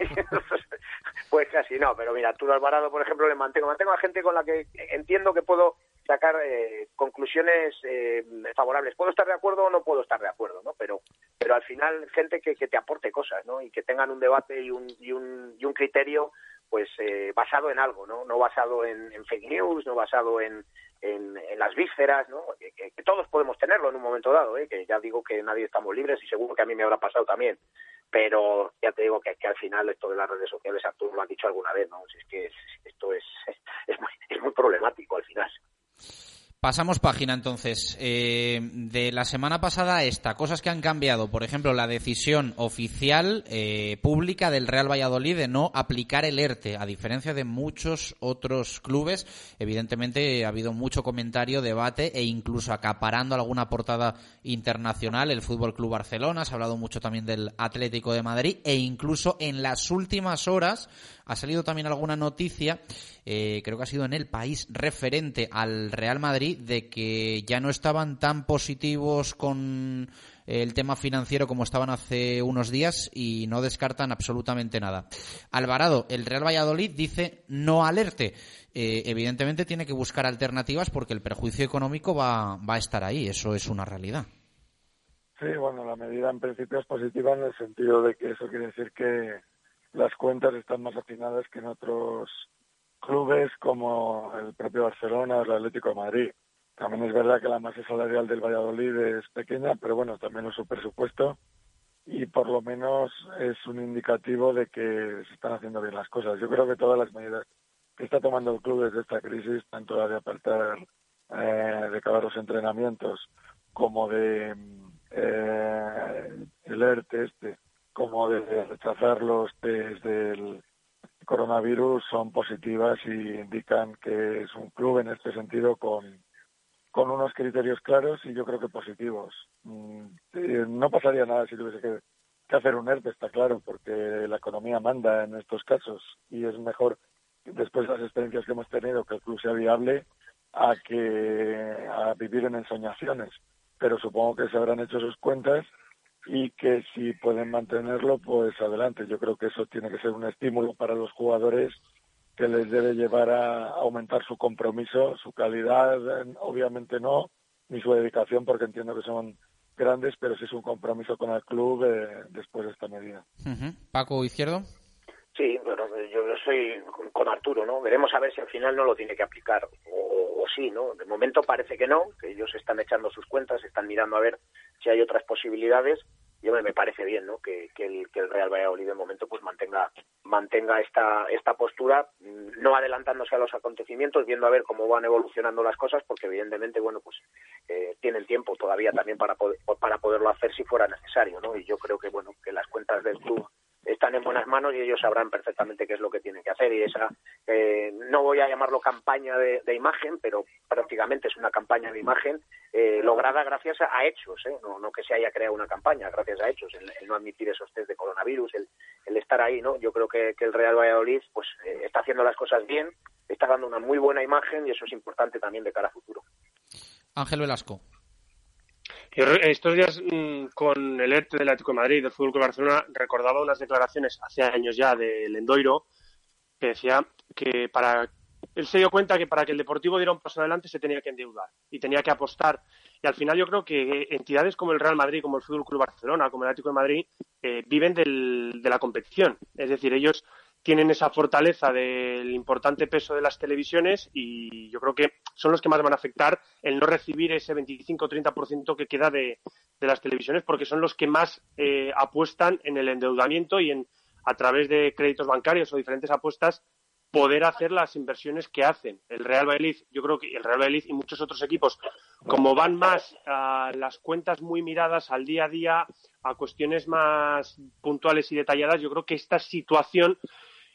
pues casi no, pero mira, Arturo Alvarado, por ejemplo, le mantengo, mantengo a gente con la que entiendo que puedo sacar eh, conclusiones eh, favorables. Puedo estar de acuerdo o no puedo estar de acuerdo, ¿no? Pero pero al final gente que, que te aporte cosas, ¿no? Y que tengan un debate y un y un, y un criterio, pues eh, basado en algo, ¿no? No basado en, en fake news, no basado en En, en las vísceras, ¿no? Que, que, que todos podemos tenerlo en un momento dado, ¿eh? Que ya digo que nadie estamos libres y seguro que a mí me habrá pasado también, pero ya te digo que, que al final esto de las redes sociales, Arturo lo ha dicho alguna vez, ¿no? Es que es, esto es, es, muy, es muy problemático al final. Pasamos página entonces. Eh, de la semana pasada a esta, cosas que han cambiado. Por ejemplo, la decisión oficial eh, pública del Real Valladolid de no aplicar el ERTE, a diferencia de muchos otros clubes. Evidentemente ha habido mucho comentario, debate e incluso acaparando alguna portada internacional. El Fútbol Club Barcelona, se ha hablado mucho también del Atlético de Madrid e incluso en las últimas horas ha salido también alguna noticia, eh, creo que ha sido en El País, referente al Real Madrid, de que ya no estaban tan positivos con el tema financiero como estaban hace unos días y no descartan absolutamente nada. Alvarado, el Real Valladolid dice no al ERTE. Eh, evidentemente tiene que buscar alternativas porque el perjuicio económico va, va a estar ahí, eso es una realidad. Sí, bueno, la medida en principio es positiva en el sentido de que eso quiere decir que las cuentas están más afinadas que en otros clubes como el propio Barcelona o el Atlético de Madrid. También es verdad que la masa salarial del Valladolid es pequeña, pero bueno, también es su presupuesto y por lo menos es un indicativo de que se están haciendo bien las cosas. Yo creo que todas las medidas que está tomando el club desde esta crisis, tanto la de apartar, eh, de acabar los entrenamientos, como de eh, el ERTE este, como de rechazar los test del coronavirus, son positivas y indican que es un club en este sentido con, con unos criterios claros y yo creo que positivos. No pasaría nada si tuviese que, que hacer un ERTE, está claro, porque la economía manda en estos casos y es mejor, después de las experiencias que hemos tenido, que el club sea viable a que a vivir en ensoñaciones. Pero supongo que se habrán hecho sus cuentas y que si pueden mantenerlo, pues adelante. Yo creo que eso tiene que ser un estímulo para los jugadores que les debe llevar a aumentar su compromiso, su calidad, obviamente no, ni su dedicación, porque entiendo que son grandes, pero sí es un compromiso con el club eh, después de esta medida. Uh-huh. Paco Izquierdo. Sí, bueno, yo soy con Arturo, ¿no? Veremos a ver si al final no lo tiene que aplicar o, o sí, ¿no? De momento parece que no, que ellos están echando sus cuentas, están mirando a ver si hay otras posibilidades y hombre, me parece bien, ¿no? Que, que, el, que el Real Valladolid de momento pues mantenga mantenga esta esta postura, no adelantándose a los acontecimientos, viendo a ver cómo van evolucionando las cosas, porque evidentemente, bueno, pues eh, tienen tiempo todavía también para poder, para poderlo hacer si fuera necesario, ¿no? Y yo creo que, bueno, que las cuentas del club están en buenas manos y ellos sabrán perfectamente qué es lo que tienen que hacer y esa, eh, no voy a llamarlo campaña de, de imagen, pero prácticamente es una campaña de imagen eh, lograda gracias a, a hechos, ¿eh? no, no que se haya creado una campaña, gracias a hechos, el, el no admitir esos test de coronavirus, el, el estar ahí, ¿no? Yo creo que, que el Real Valladolid pues eh, está haciendo las cosas bien, está dando una muy buena imagen y eso es importante también de cara a futuro. Ángel Velasco. Estos días mmm, con el ERTE del Atlético de Madrid y del Fútbol Club Barcelona recordaba unas declaraciones hace años ya del Endoiro que decía que para él se dio cuenta que para que el Deportivo diera un paso adelante se tenía que endeudar y tenía que apostar y al final yo creo que entidades como el Real Madrid, como el Fútbol Club Barcelona, como el Atlético de Madrid eh, viven del, de la competición, es decir, ellos tienen esa fortaleza del importante peso de las televisiones y yo creo que son los que más van a afectar el no recibir ese veinticinco o treinta por ciento que queda de, de las televisiones porque son los que más eh, apuestan en el endeudamiento y en a través de créditos bancarios o diferentes apuestas poder hacer las inversiones que hacen. El Real Valladolid, yo creo que el Real Valladolid y muchos otros equipos, como van más a las cuentas muy miradas al día a día, a cuestiones más puntuales y detalladas, yo creo que esta situación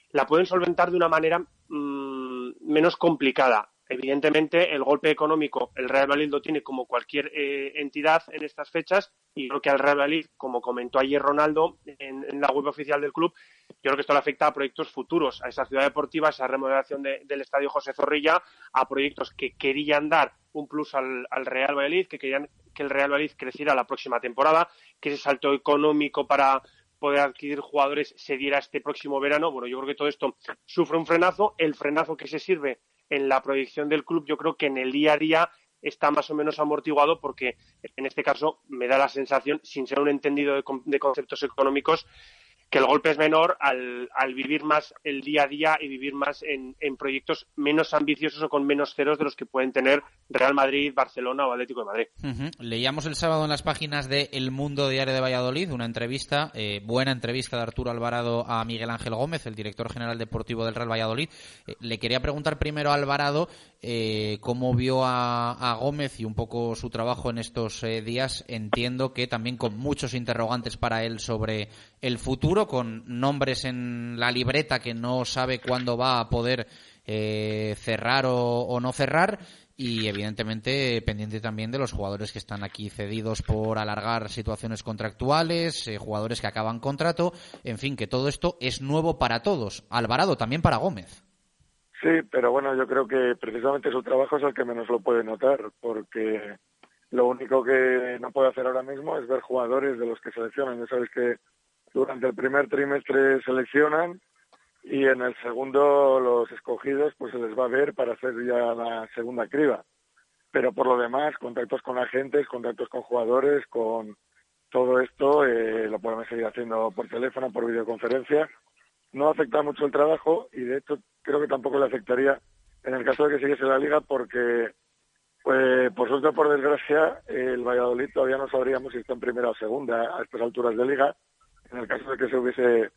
la pueden solventar de una manera mmm, menos complicada. Evidentemente, el golpe económico el Real Valladolid lo tiene como cualquier eh, entidad en estas fechas, y creo que al Real Valladolid, como comentó ayer Ronaldo en, en la web oficial del club, yo creo que esto le afecta a proyectos futuros, a esa ciudad deportiva, a esa remodelación de, del Estadio José Zorrilla, a proyectos que querían dar un plus al, al Real Valladolid, que querían que el Real Valladolid creciera la próxima temporada, que ese salto económico para poder adquirir jugadores se diera este próximo verano. Bueno, yo creo que todo esto sufre un frenazo, el frenazo que se sirve en la proyección del club, yo creo que en el día a día está más o menos amortiguado, porque en este caso me da la sensación, sin ser un entendido de, de conceptos económicos, que el golpe es menor al, al vivir más el día a día y vivir más en, en proyectos menos ambiciosos o con menos ceros de los que pueden tener Real Madrid, Barcelona o Atlético de Madrid. Uh-huh. Leíamos el sábado en las páginas de El Mundo Diario de Valladolid una entrevista, eh, buena entrevista de Arturo Alvarado a Miguel Ángel Gómez, el director general deportivo del Real Valladolid. Eh, le quería preguntar primero a Alvarado eh, cómo vio a, a Gómez y un poco su trabajo en estos eh, días. Entiendo que también con muchos interrogantes para él sobre el futuro, con nombres en la libreta que no sabe cuándo va a poder eh, cerrar o, o no cerrar, y evidentemente pendiente también de los jugadores que están aquí cedidos por alargar situaciones contractuales, eh, jugadores que acaban contrato, en fin, que todo esto es nuevo para todos. Alvarado, también para Gómez. Sí, pero bueno, yo creo que precisamente su trabajo es el que menos lo puede notar, porque lo único que no puede hacer ahora mismo es ver jugadores de los que seleccionan. Ya sabes que durante el primer trimestre seleccionan y en el segundo los escogidos pues se les va a ver para hacer ya la segunda criba. Pero por lo demás, contactos con agentes, contactos con jugadores, con todo esto eh, lo podemos seguir haciendo por teléfono, por videoconferencia. No afecta mucho el trabajo y de hecho creo que tampoco le afectaría en el caso de que siguiese la liga, porque pues, por suerte o por desgracia el Valladolid todavía no sabríamos si está en primera o segunda a estas alturas de liga, en el caso de que se hubiese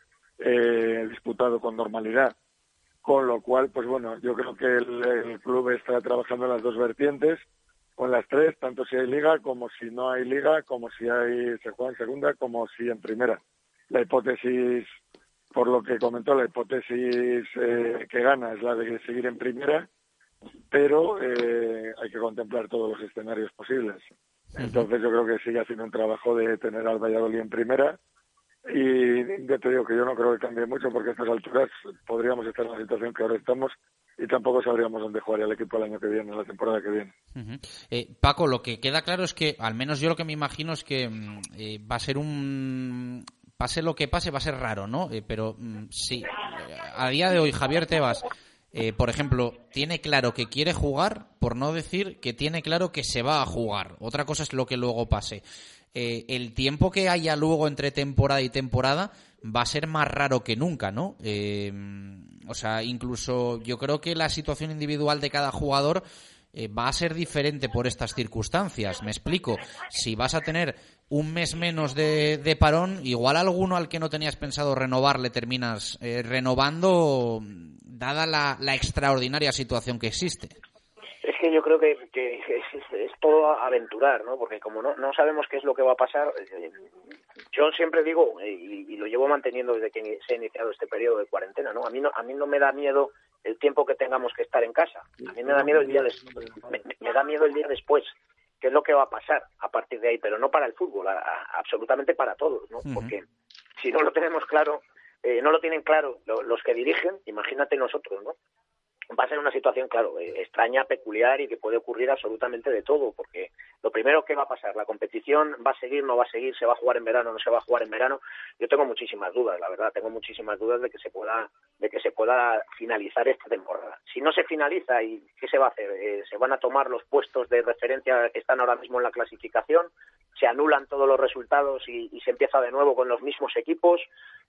eh, disputado con normalidad. Con lo cual, pues bueno, yo creo que el, el club está trabajando en las dos vertientes, o en las tres, tanto si hay liga como si no hay liga, como si hay se juega en segunda, como si en primera. La hipótesis, por lo que comentó, la hipótesis eh, que gana es la de seguir en primera, pero eh, hay que contemplar todos los escenarios posibles. Entonces yo creo que sigue haciendo un trabajo de tener al Valladolid en primera. Y ya te digo que yo no creo que cambie mucho, porque a estas alturas podríamos estar en la situación que ahora estamos y tampoco sabríamos dónde jugaría el equipo el año que viene, la temporada que viene. Uh-huh. Eh, Paco, lo que queda claro es que, al menos yo lo que me imagino es que eh, va a ser un... Pase lo que pase, va a ser raro, ¿no? Eh, pero mm, sí, a día de hoy Javier Tebas, eh, por ejemplo, tiene claro que quiere jugar, por no decir que tiene claro que se va a jugar. Otra cosa es lo que luego pase. Eh, el tiempo que haya luego entre temporada y temporada va a ser más raro que nunca, ¿no? Eh, o sea, incluso yo creo que la situación individual de cada jugador eh, va a ser diferente por estas circunstancias. Me explico. Si vas a tener un mes menos de, de parón, igual alguno al que no tenías pensado renovar le terminas eh, renovando, dada la, la extraordinaria situación que existe. Es que yo creo que, que es, es todo aventurar, ¿no? Porque como no, no sabemos qué es lo que va a pasar, eh, yo siempre digo, y, y lo llevo manteniendo desde que se ha iniciado este periodo de cuarentena, ¿no? A mí no, a mí no me da miedo el tiempo que tengamos que estar en casa. A mí me da miedo el día des- me, me da miedo el día después, qué es lo que va a pasar a partir de ahí, pero no para el fútbol, a, a, absolutamente para todos, ¿no? Uh-huh. Porque si no lo tenemos claro, eh, no lo tienen claro lo, los que dirigen, imagínate nosotros, ¿no? Va a ser una situación, claro, eh, extraña, peculiar y que puede ocurrir absolutamente de todo, porque lo primero que va a pasar, la competición va a seguir, no va a seguir, se va a jugar en verano, no se va a jugar en verano. Yo tengo muchísimas dudas, la verdad, tengo muchísimas dudas de que se pueda, de que se pueda finalizar esta temporada. Si no se finaliza, ¿y qué se va a hacer? Eh, se van a tomar los puestos de referencia que están ahora mismo en la clasificación, se anulan todos los resultados y, y se empieza de nuevo con los mismos equipos.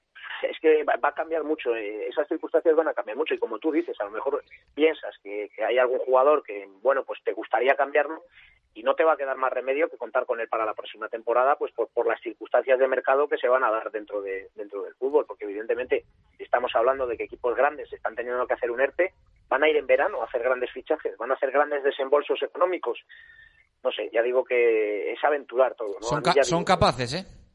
Es que va a cambiar mucho, eh, esas circunstancias van a cambiar mucho, y como tú dices, a lo mejor piensas que, que hay algún jugador que, bueno, pues te gustaría cambiarlo y no te va a quedar más remedio que contar con él para la próxima temporada, pues por, por las circunstancias de mercado que se van a dar dentro de dentro del fútbol, porque evidentemente estamos hablando de que equipos grandes están teniendo que hacer un ERTE, van a ir en verano a hacer grandes fichajes, van a hacer grandes desembolsos económicos. No sé, ya digo que es aventurar todo, ¿no? Son, ca- son capaces, ¿eh?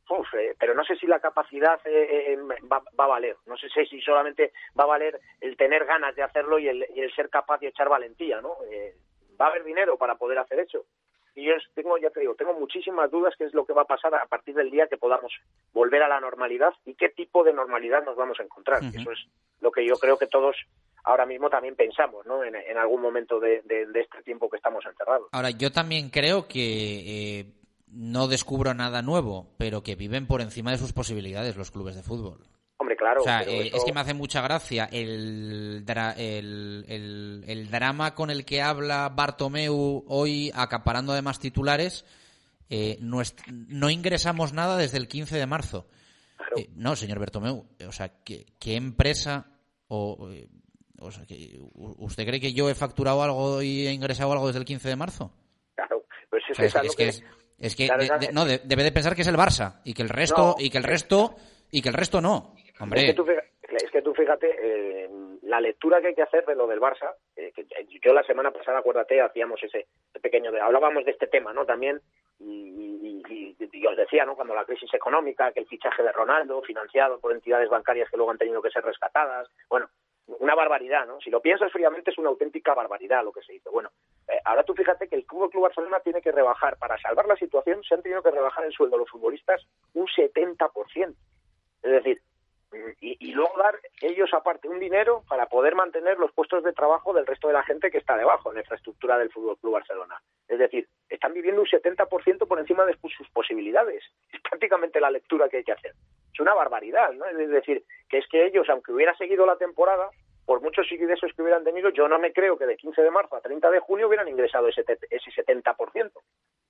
uf, eh, pero no sé si la capacidad eh, eh, va, va a valer. No sé si solamente va a valer el tener ganas de hacerlo y el, y el ser capaz de echar valentía, ¿no? Eh, va a haber dinero para poder hacer eso. Y yo tengo, ya te digo, tengo muchísimas dudas qué es lo que va a pasar a partir del día que podamos volver a la normalidad y qué tipo de normalidad nos vamos a encontrar. Uh-huh. Eso es lo que yo creo que todos ahora mismo también pensamos, ¿no? En, en algún momento de, de, de este tiempo que estamos encerrados. Ahora, yo también creo que eh, no descubro nada nuevo, pero que viven por encima de sus posibilidades los clubes de fútbol. Hombre, claro. O sea, pero eh, eso... es que me hace mucha gracia el, dra- el, el, el drama con el que habla Bartomeu hoy, acaparando además titulares. Eh, no, est- no ingresamos nada desde el quince de marzo. Claro. Eh, no, señor Bartomeu, o sea, ¿qué, qué empresa o, eh, o sea, que, ¿usted cree que yo he facturado algo y he ingresado algo desde el quince de marzo? Claro, pues es, o sea, es, es que, que es, es que claro, de, de, no de, debe de pensar que es el Barça y que el resto no, y que el resto y que el resto no. Hombre. Es que tú fíjate, es que tú fíjate eh, la lectura que hay que hacer de lo del Barça. Eh, que yo la semana pasada, acuérdate, hacíamos ese pequeño, de, hablábamos de este tema, ¿no? También y, y, y, y os decía, ¿no? Cuando la crisis económica, que el fichaje de Ronaldo financiado por entidades bancarias que luego han tenido que ser rescatadas, bueno, una barbaridad, ¿no? Si lo piensas fríamente es una auténtica barbaridad lo que se hizo. Bueno, eh, ahora tú fíjate que el Club Club Barcelona tiene que rebajar para salvar la situación, se han tenido que rebajar el sueldo de los futbolistas un setenta por ciento. Es decir, Y, y luego dar ellos aparte un dinero para poder mantener los puestos de trabajo del resto de la gente que está debajo en la infraestructura del Fútbol Club Barcelona. Es decir, están viviendo un setenta por ciento por encima de sus posibilidades. Es prácticamente la lectura que hay que hacer. Es una barbaridad, ¿no? Es decir, que es que ellos, aunque hubiera seguido la temporada, por muchos ingresos que hubieran tenido, yo no me creo que de quince de marzo a treinta de junio hubieran ingresado ese, ese setenta por ciento.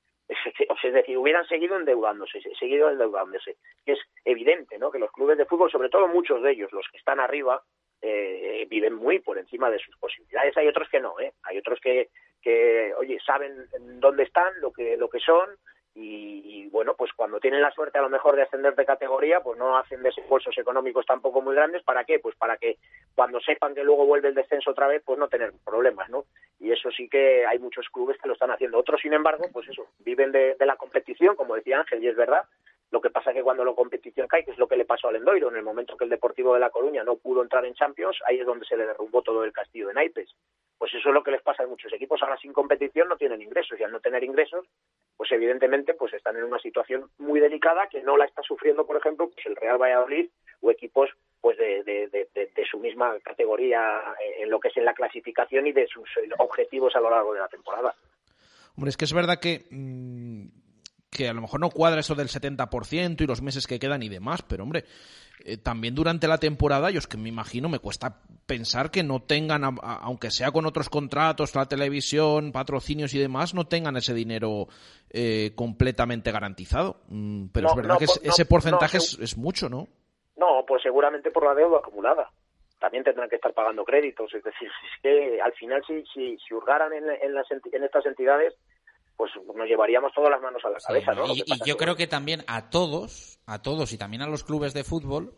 Es decir, hubieran seguido endeudándose, seguido endeudándose. Es evidente, ¿no? Que los clubes de fútbol, sobre todo muchos de ellos, los que están arriba, eh, viven muy por encima de sus posibilidades. Hay otros que no, ¿eh? Hay otros que, que oye, saben dónde están, lo que, lo que son, y, y bueno, pues cuando tienen la suerte a lo mejor de ascender de categoría, pues no hacen desembolsos económicos tampoco muy grandes. ¿Para qué? Pues para que cuando sepan que luego vuelve el descenso otra vez, pues no tener problemas, ¿no? Y eso sí que hay muchos clubes que lo están haciendo. Otros, sin embargo, pues eso, viven de, de la competición, como decía Ángel, y es verdad. Lo que pasa es que cuando la competición cae, que es lo que le pasó al Endoiro, en el momento que el Deportivo de La Coruña no pudo entrar en Champions, ahí es donde se le derrumbó todo el castillo de naipes. Pues eso es lo que les pasa a muchos equipos. Ahora sin competición no tienen ingresos, y al no tener ingresos, pues evidentemente pues están en una situación muy delicada que no la está sufriendo, por ejemplo, pues el Real Valladolid o equipos pues de, de, de, de, de su misma categoría en lo que es en la clasificación y de sus objetivos a lo largo de la temporada. Hombre, es que es verdad que... Mmm... que a lo mejor no cuadra eso del setenta por ciento y los meses que quedan y demás, pero hombre, eh, también durante la temporada, yo es que me imagino, me cuesta pensar que no tengan, a, a, aunque sea con otros contratos, la televisión, patrocinios y demás, no tengan ese dinero eh, completamente garantizado. Mm, pero no, es verdad no, que por, ese porcentaje no, es, es mucho, ¿no? No, pues seguramente por la deuda acumulada. También tendrán que estar pagando créditos, es decir, es que al final si, si, si hurgaran en, en, las, en estas entidades, pues nos llevaríamos todas las manos a la cabeza, sí, ¿no? Y, y yo creo que también a todos, a todos y también a los clubes de fútbol,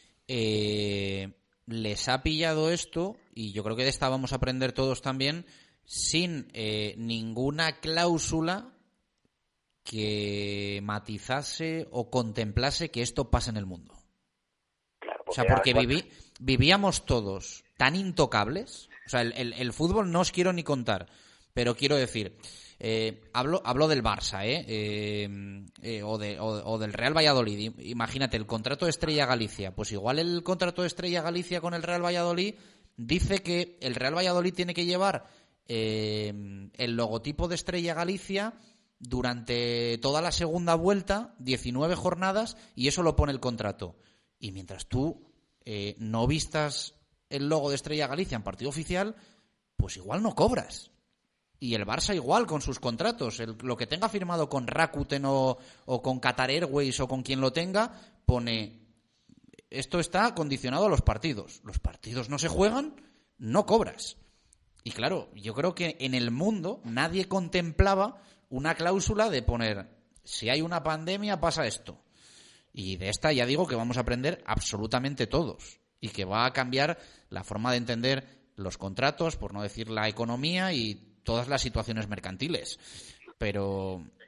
eh, les ha pillado esto, y yo creo que de esta vamos a aprender todos también, sin eh, ninguna cláusula que matizase o contemplase que esto pase en el mundo. Claro, o sea, porque viví, vivíamos todos tan intocables. O sea, el, el, el fútbol no os quiero ni contar, pero quiero decir... Eh, hablo, hablo del Barça, ¿eh? Eh, eh, o, de, o, o del Real Valladolid. Imagínate, el contrato de Estrella Galicia. Pues igual el contrato de Estrella Galicia con el Real Valladolid dice que el Real Valladolid tiene que llevar eh, el logotipo de Estrella Galicia durante toda la segunda vuelta, diecinueve jornadas, y eso lo pone el contrato. Y mientras tú eh, no vistas el logo de Estrella Galicia en partido oficial, pues igual no cobras. Y el Barça igual con sus contratos. El, lo que tenga firmado con Rakuten o, o con Qatar Airways o con quien lo tenga, pone... Esto está condicionado a los partidos. Los partidos no se juegan, no cobras. Y claro, yo creo que en el mundo nadie contemplaba una cláusula de poner... Si hay una pandemia pasa esto. Y de esta ya digo que vamos a aprender absolutamente todos. Y que va a cambiar la forma de entender los contratos, por no decir la economía y... todas las situaciones mercantiles, pero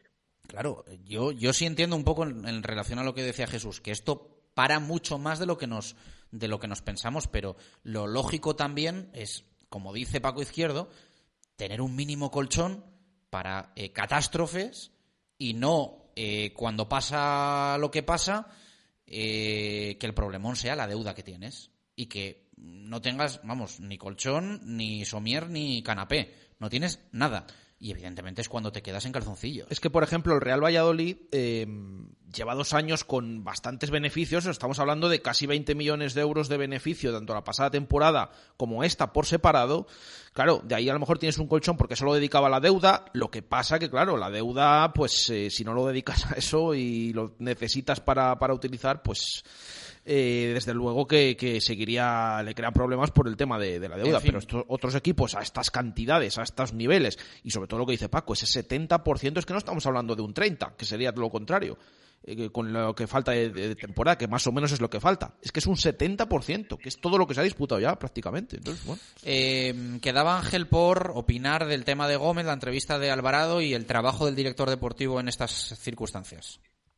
Claro, yo, yo sí entiendo un poco en, en relación a lo que decía Jesús, que esto para mucho más de lo que nos de lo que nos pensamos, pero lo lógico también es, como dice Paco Izquierdo, tener un mínimo colchón para eh, catástrofes y no eh, cuando pasa lo que pasa eh, que el problemón sea la deuda que tienes y que no tengas, vamos, ni colchón, ni somier, ni canapé, no tienes nada. Y evidentemente es cuando te quedas en calzoncillos. Es que, por ejemplo, el Real Valladolid eh, lleva dos años con bastantes beneficios. Estamos hablando de casi veinte millones de euros de beneficio, tanto la pasada temporada como esta por separado. Claro, de ahí a lo mejor tienes un colchón porque eso lo dedicaba a la deuda. Lo que pasa que, claro, la deuda, pues eh, si no lo dedicas a eso y lo necesitas para, para utilizar, pues... Eh, desde luego que, que seguiría, le crean problemas por el tema de, de la deuda, en fin. Pero estos otros equipos a estas cantidades, a estos niveles, y sobre todo lo que dice Paco, ese setenta por ciento, es que no estamos hablando de un treinta por ciento, que sería lo contrario, eh, con lo que falta de, de temporada, que más o menos es lo que falta, es que es un setenta por ciento, que es todo lo que se ha disputado ya prácticamente. Entonces, bueno. eh, quedaba Ángel por opinar del tema de Gómez, la entrevista de Alvarado y el trabajo del director deportivo en estas circunstancias.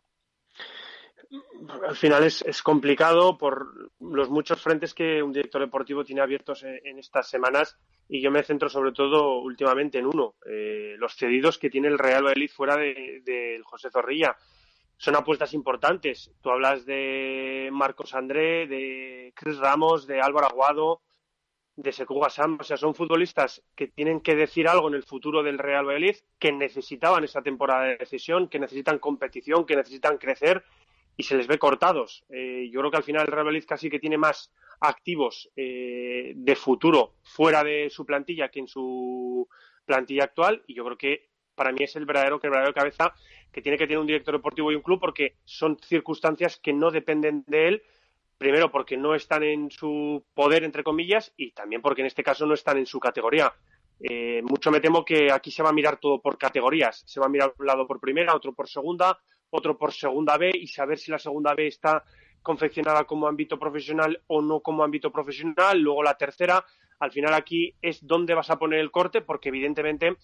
Al final es, es complicado por los muchos frentes que un director deportivo tiene abiertos en, en estas semanas, y yo me centro sobre todo últimamente en uno, eh, los cedidos que tiene el Real Valladolid fuera de, de José Zorrilla. Son apuestas importantes. Tú hablas de Marcos André, de Chris Ramos, de Álvaro Aguado, de Sekou Gassam. O sea, son futbolistas que tienen que decir algo en el futuro del Real Valladolid, que necesitaban esa temporada de decisión, que necesitan competición, que necesitan crecer, y se les ve cortados. Eh, yo creo que al final el Real Valladolid casi que tiene más activos eh, de futuro fuera de su plantilla que en su plantilla actual, y yo creo que para mí es el verdadero, que el verdadero cabeza que tiene que tener un director deportivo y un club, porque son circunstancias que no dependen de él, primero porque no están en su poder, entre comillas, y también porque en este caso no están en su categoría. Eh, mucho me temo que aquí se va a mirar todo por categorías, se va a mirar un lado por primera, otro por segunda, otro por segunda B, y saber si la segunda B está confeccionada como ámbito profesional o no como ámbito profesional. Luego la tercera, al final aquí es dónde vas a poner el corte, porque evidentemente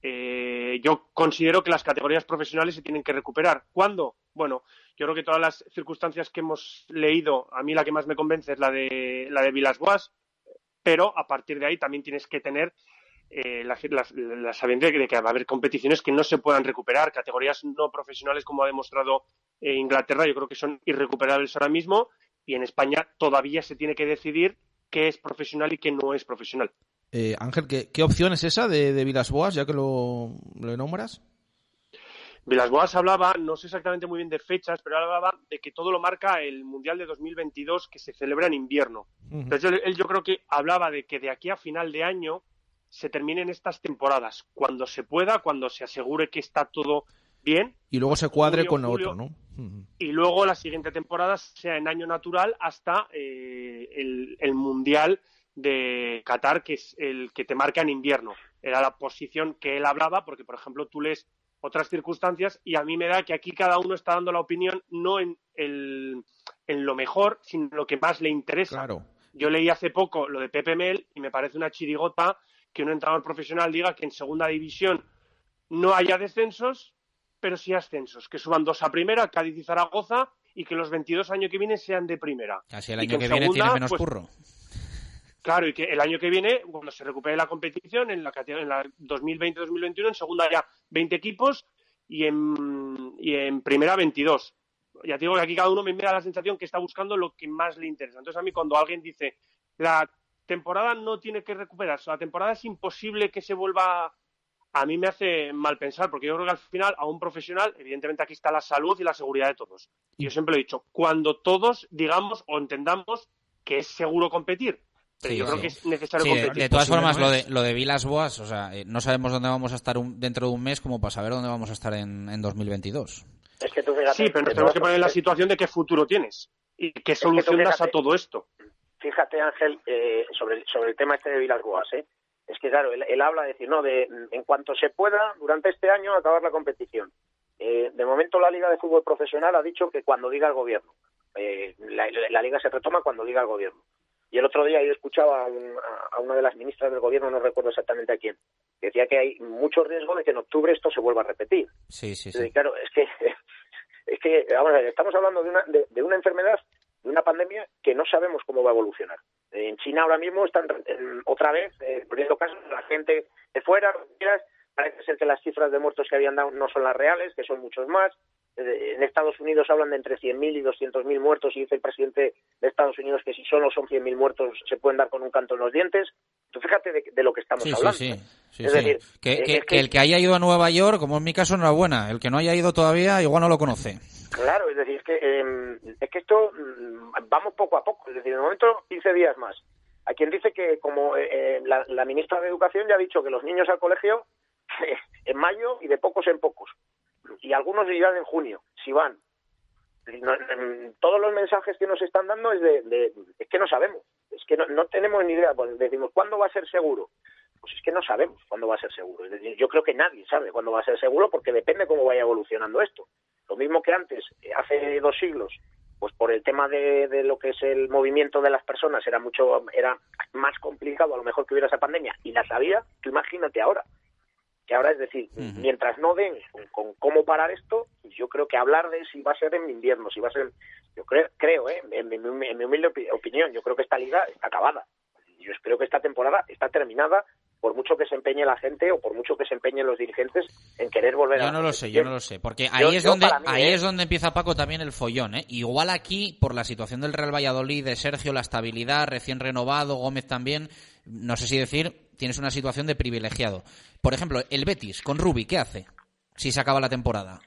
eh, yo considero que las categorías profesionales se tienen que recuperar. ¿Cuándo? Bueno, yo creo que todas las circunstancias que hemos leído, a mí la que más me convence es la de la de Villas-Boas, pero a partir de ahí también tienes que tener Eh, la, la, la sabiduría de que va a haber competiciones que no se puedan recuperar, categorías no profesionales, como ha demostrado eh, Inglaterra, yo creo que son irrecuperables ahora mismo, y en España todavía se tiene que decidir qué es profesional y qué no es profesional. Eh, Ángel, ¿qué, ¿qué opción es esa de, de Villas-Boas, ya que lo, lo nombras? Villas-Boas hablaba, no sé exactamente muy bien de fechas, pero hablaba de que todo lo marca el Mundial de dos mil veintidós, que se celebra en invierno. Uh-huh. Entonces él, él yo creo que hablaba de que de aquí a final de año se terminen estas temporadas, cuando se pueda, cuando se asegure que está todo bien. Y luego se cuadre julio, con julio, otro, ¿no? Uh-huh. Y luego la siguiente temporada sea en año natural hasta eh, el, el Mundial de Qatar, que es el que te marca en invierno. Era la posición que él hablaba, porque, por ejemplo, tú lees otras circunstancias y a mí me da que aquí cada uno está dando la opinión no en, el, en lo mejor, sino en lo que más le interesa. Claro. Yo leí hace poco lo de Pepe Mel y me parece una chirigota que un entrenador profesional diga que en segunda división no haya descensos, pero sí ascensos, que suban dos a primera, Cádiz y Zaragoza, y que los veintidós años que vienen sean de primera. Así el y año que, que, que viene segunda, tiene menos pues, curro. Claro, y que el año que viene, cuando se recupere la competición, en la, en la dos mil veinte dos mil veintiuno, en segunda ya veinte equipos y en, y en primera veintidós. Ya te digo que aquí cada uno me da la sensación que está buscando lo que más le interesa. Entonces a mí cuando alguien dice la temporada no tiene que recuperarse, la temporada es imposible que se vuelva, a mí me hace mal pensar, porque yo creo que al final a un profesional, evidentemente aquí está la salud y la seguridad de todos. Y yo siempre lo he dicho, cuando todos digamos o entendamos que es seguro competir, pero sí, yo sí. creo que es necesario sí, competir. De, de todas formas, lo de, lo de Villas-Boas, o sea, eh, no sabemos dónde vamos a estar un, dentro de un mes como para saber dónde vamos a estar en, en dos mil veintidós. Es que tú fíjate, sí, pero nos tenemos que poner en la situación de qué futuro tienes y qué solución das a todo esto. Fíjate, Ángel, eh, sobre, el, sobre el tema este de Villas-Boas, ¿eh? Es que, claro, él, él habla de decir, no, de en cuanto se pueda, durante este año, acabar la competición. Eh, de momento, la Liga de Fútbol Profesional ha dicho que cuando diga el gobierno. Eh, la, la Liga se retoma cuando diga el gobierno. Y el otro día yo escuchaba a, un, a una de las ministras del gobierno, no recuerdo exactamente a quién, que decía que hay mucho riesgo de que en octubre esto se vuelva a repetir. Sí, sí, sí. sí. Claro, es que, es que vamos a ver, estamos hablando de una, de, de una enfermedad, de una pandemia que no sabemos cómo va a evolucionar. En China ahora mismo están en, otra vez eh, poniendo casos de la gente de fuera. Parece ser que las cifras de muertos que habían dado no son las reales, que son muchos más. En Estados Unidos hablan de entre cien mil y doscientos mil muertos y dice el presidente de Estados Unidos que si solo son cien mil muertos se pueden dar con un canto en los dientes. Tú fíjate de, de lo que estamos sí, hablando. Sí, sí, sí, es sí. decir, que, eh, que, es que, que el que haya ido a Nueva York, como en mi caso, enhorabuena. El que no haya ido todavía igual no lo conoce. Claro, es decir, es que, eh, es que esto mm, vamos poco a poco. Es decir, de momento quince días más. Hay quien dice que, como eh, la, la ministra de Educación ya ha dicho que los niños al colegio eh, en mayo y de pocos en pocos. Y algunos irán en junio, si van. No, todos los mensajes que nos están dando es de, de es que no sabemos, es que no, no tenemos ni idea. Pues decimos, ¿cuándo va a ser seguro? Pues es que no sabemos cuándo va a ser seguro. Es decir, yo creo que nadie sabe cuándo va a ser seguro porque depende cómo vaya evolucionando esto. Lo mismo que antes, hace dos siglos, pues por el tema de, de lo que es el movimiento de las personas era mucho era más complicado a lo mejor que hubiera esa pandemia y la sabía. Tú imagínate ahora. Que ahora, es decir, uh-huh. mientras no den con, con cómo parar esto, yo creo que hablar de si va a ser en invierno, si va a ser... Yo creo, creo eh, en, en, en mi humilde opinión, yo creo que esta liga está acabada. Yo espero que esta temporada está terminada, por mucho que se empeñe la gente o por mucho que se empeñen los dirigentes en querer volver yo a... Yo no lo sé, yo no lo sé, porque ahí, yo, es, yo donde, mí, ahí ¿eh? es donde empieza, Paco, también el follón, ¿eh? Igual aquí, por la situación del Real Valladolid, de Sergio, la estabilidad, recién renovado, Gómez también, no sé si decir... Tienes una situación de privilegiado. Por ejemplo, el Betis, con Rubi, ¿qué hace si se acaba la temporada?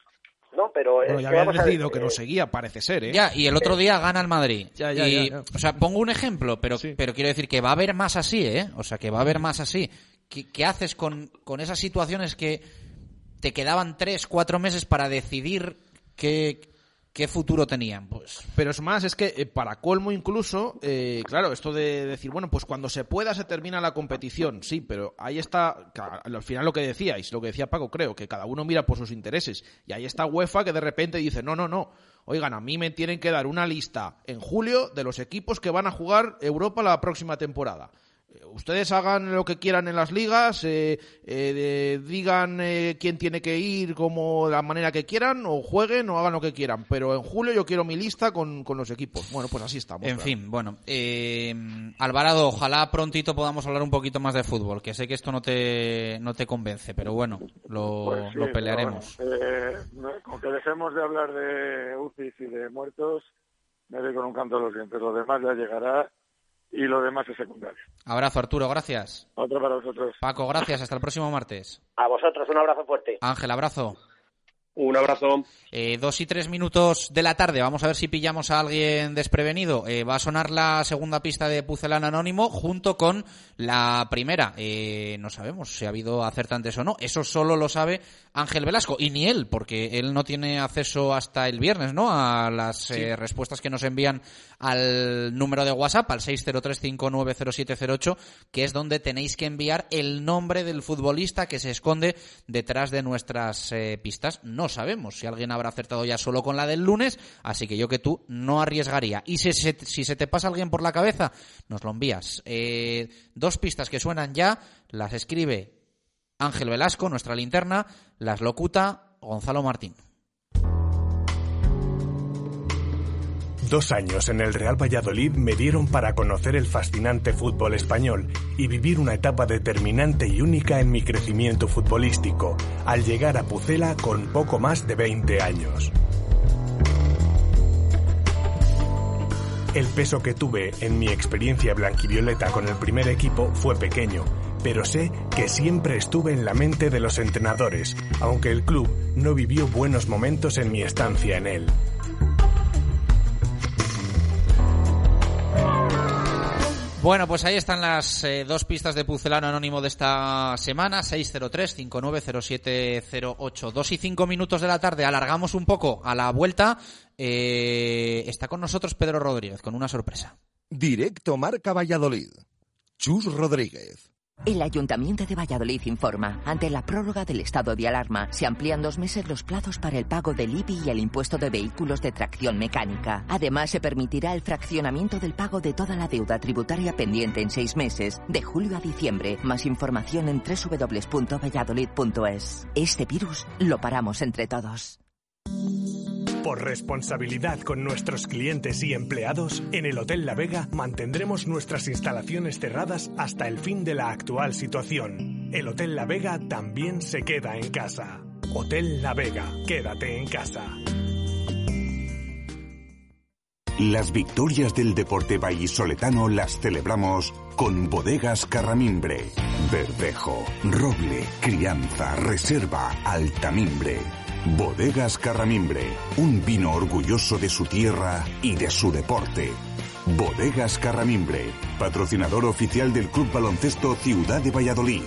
No, pero... Bueno, ya habían decidido que no seguía, parece ser, ¿eh? Ya, y el otro día gana el Madrid. Ya, ya, y, ya, ya. O sea, pongo un ejemplo, pero, sí. pero quiero decir que va a haber más así, ¿eh? O sea, que va a haber más así. ¿Qué, qué haces con, con esas situaciones que te quedaban tres, cuatro meses para decidir qué... ¿Qué futuro tenían? Pues, pero es más, es que eh, para colmo incluso, eh, claro, esto de decir, bueno, pues cuando se pueda se termina la competición, sí, pero ahí está, al final lo que decíais, lo que decía Paco, creo, que cada uno mira por sus intereses, y ahí está UEFA que de repente dice, no, no, no, oigan, a mí me tienen que dar una lista en julio de los equipos que van a jugar Europa la próxima temporada. Ustedes hagan lo que quieran en las ligas, eh, eh, de, digan eh, quién tiene que ir como la manera que quieran, o jueguen o hagan lo que quieran. Pero en julio yo quiero mi lista con, con los equipos. Bueno, pues así estamos. En claro. fin, bueno. Eh, Alvarado, ojalá prontito podamos hablar un poquito más de fútbol, que sé que esto no te no te convence, pero bueno, lo, pues sí, lo pelearemos. Bueno, eh, con que dejemos de hablar de U C I y de muertos, me doy con un canto de los dientes. Lo demás ya llegará. Y lo demás es secundario. Abrazo, Arturo, gracias. Otro para vosotros. Paco, gracias. Hasta el próximo martes. A vosotros, un abrazo fuerte. Ángel, abrazo. Un abrazo. Eh, dos y tres minutos de la tarde. Vamos a ver si pillamos a alguien desprevenido. Eh, va a sonar la segunda pista de Pucelano Anónimo junto con la primera. Eh, no sabemos si ha habido acertantes o no. Eso solo lo sabe Ángel Velasco. Y ni él, porque él no tiene acceso hasta el viernes, ¿no? A las sí. eh, respuestas que nos envían al número de WhatsApp, al seis cero tres cinco nueve cero siete cero ocho, que es donde tenéis que enviar el nombre del futbolista que se esconde detrás de nuestras eh, pistas. No sabemos si alguien habrá acertado ya solo con la del lunes, así que yo que tú no arriesgaría. Y si se, si se te pasa alguien por la cabeza, nos lo envías. Eh, dos pistas que suenan ya, las escribe Ángel Velasco, nuestra linterna, las locuta Gonzalo Martín. Dos años en el Real Valladolid me dieron para conocer el fascinante fútbol español y vivir una etapa determinante y única en mi crecimiento futbolístico, al llegar a Pucela con poco más de veinte años. El peso que tuve en mi experiencia blanquivioleta con el primer equipo fue pequeño, pero sé que siempre estuve en la mente de los entrenadores, aunque el club no vivió buenos momentos en mi estancia en él. Bueno, pues ahí están las eh, dos pistas de Pucelano Anónimo de esta semana, seis cero tres cinco nueve cero siete cero ocho. Dos y cinco minutos de la tarde, alargamos un poco a la vuelta. Eh, está con nosotros Pedro Rodríguez con una sorpresa. Directo Marca Valladolid. Chus Rodríguez. El Ayuntamiento de Valladolid informa. Ante la prórroga del estado de alarma, se amplían dos meses los plazos para el pago del I B I y el impuesto de vehículos de tracción mecánica. Además, se permitirá el fraccionamiento del pago de toda la deuda tributaria pendiente en seis meses, de julio a diciembre. Más información en doble u doble u doble u punto valladolid punto es. Este virus lo paramos entre todos. Por responsabilidad con nuestros clientes y empleados, en el Hotel La Vega mantendremos nuestras instalaciones cerradas hasta el fin de la actual situación. El Hotel La Vega también se queda en casa. Hotel La Vega, quédate en casa. Las victorias del deporte vallisoletano las celebramos con Bodegas Carramimbre. Verdejo, Roble, Crianza, Reserva, Altamimbre. Bodegas Carramimbre, un vino orgulloso de su tierra y de su deporte. Bodegas Carramimbre, patrocinador oficial del Club Baloncesto Ciudad de Valladolid.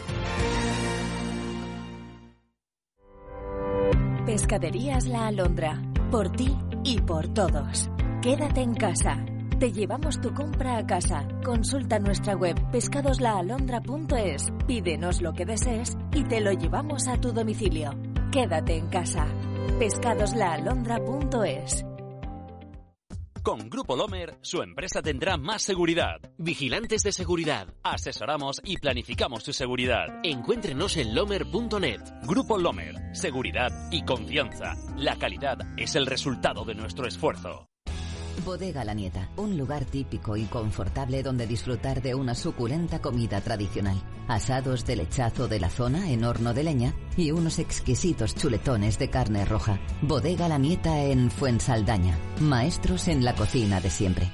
Pescaderías La Alondra, por ti y por todos. Quédate en casa. Te llevamos tu compra a casa. Consulta nuestra web pescados la alondra punto es, pídenos lo que desees y te lo llevamos a tu domicilio. Quédate en casa. pescados la alondra punto es. Con Grupo Lomer, su empresa tendrá más seguridad. Vigilantes de seguridad. Asesoramos y planificamos su seguridad. Encuéntrenos en lomer punto net. Grupo Lomer. Seguridad y confianza. La calidad es el resultado de nuestro esfuerzo. Bodega La Nieta, un lugar típico y confortable donde disfrutar de una suculenta comida tradicional. Asados de lechazo de la zona en horno de leña y unos exquisitos chuletones de carne roja. Bodega La Nieta en Fuensaldaña. Maestros en la cocina de siempre.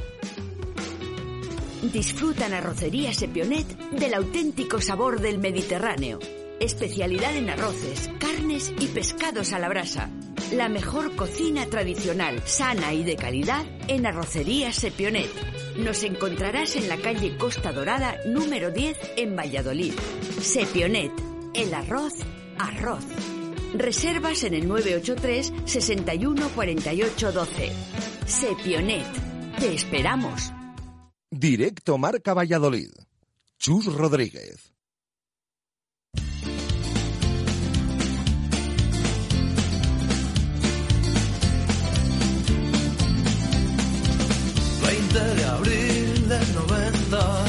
Disfruta en Arrocería Sepionet del auténtico sabor del Mediterráneo. Especialidad en arroces, carnes y pescados a la brasa. La mejor cocina tradicional, sana y de calidad en Arrocería Sepionet. Nos encontrarás en la calle Costa Dorada, número diez, en Valladolid. Sepionet, el arroz, arroz. Reservas en el nueve ocho tres, sesenta y uno, cuarenta y ocho, doce. Sepionet, te esperamos. Directo Marca Valladolid. Chus Rodríguez. veinte de abril del noventa.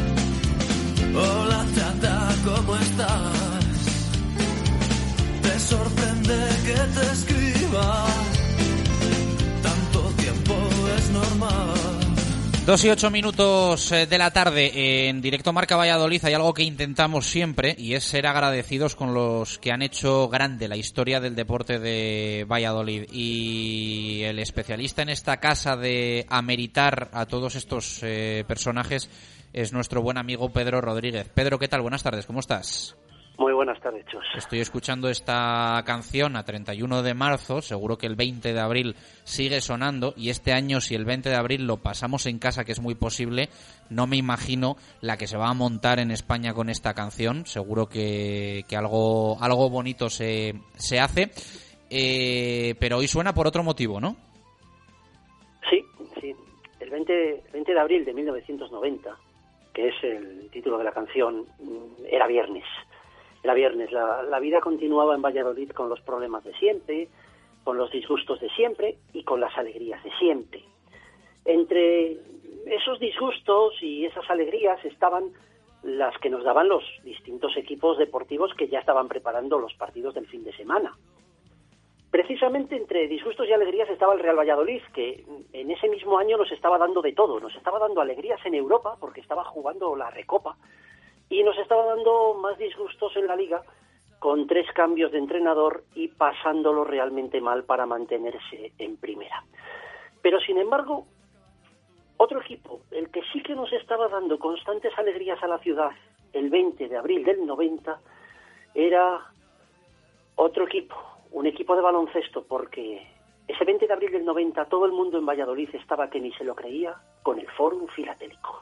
Hola chata, ¿cómo estás? Te sorprende que te escriba. Tanto tiempo es normal. Dos y ocho minutos de la tarde en Directo Marca Valladolid. Hay algo que intentamos siempre y es ser agradecidos con los que han hecho grande la historia del deporte de Valladolid. Y el especialista en esta casa de ameritar a todos estos eh, personajes es nuestro buen amigo Pedro Rodríguez. Pedro, ¿qué tal? Buenas tardes, ¿cómo estás? Muy buenas tardes, Chus. Estoy escuchando esta canción a treinta y uno de marzo, seguro que el veinte de abril sigue sonando y este año, si el veinte de abril lo pasamos en casa, que es muy posible, no me imagino la que se va a montar en España con esta canción. Seguro que, que algo, algo bonito se, se hace, eh, pero hoy suena por otro motivo, ¿no? Sí, sí. El veinte, veinte de abril de mil novecientos noventa, que es el título de la canción, era viernes. Era viernes, la, la vida continuaba en Valladolid con los problemas de siempre, con los disgustos de siempre y con las alegrías de siempre. Entre esos disgustos y esas alegrías estaban las que nos daban los distintos equipos deportivos que ya estaban preparando los partidos del fin de semana. Precisamente entre disgustos y alegrías estaba el Real Valladolid, que en ese mismo año nos estaba dando de todo. Nos estaba dando alegrías en Europa porque estaba jugando la Recopa, y nos estaba dando más disgustos en la Liga, con tres cambios de entrenador y pasándolo realmente mal para mantenerse en primera. Pero, sin embargo, otro equipo, el que sí que nos estaba dando constantes alegrías a la ciudad el veinte de abril del noventa, era otro equipo, un equipo de baloncesto, porque ese veinte de abril del noventa todo el mundo en Valladolid estaba que ni se lo creía con el Fórum Filatélico.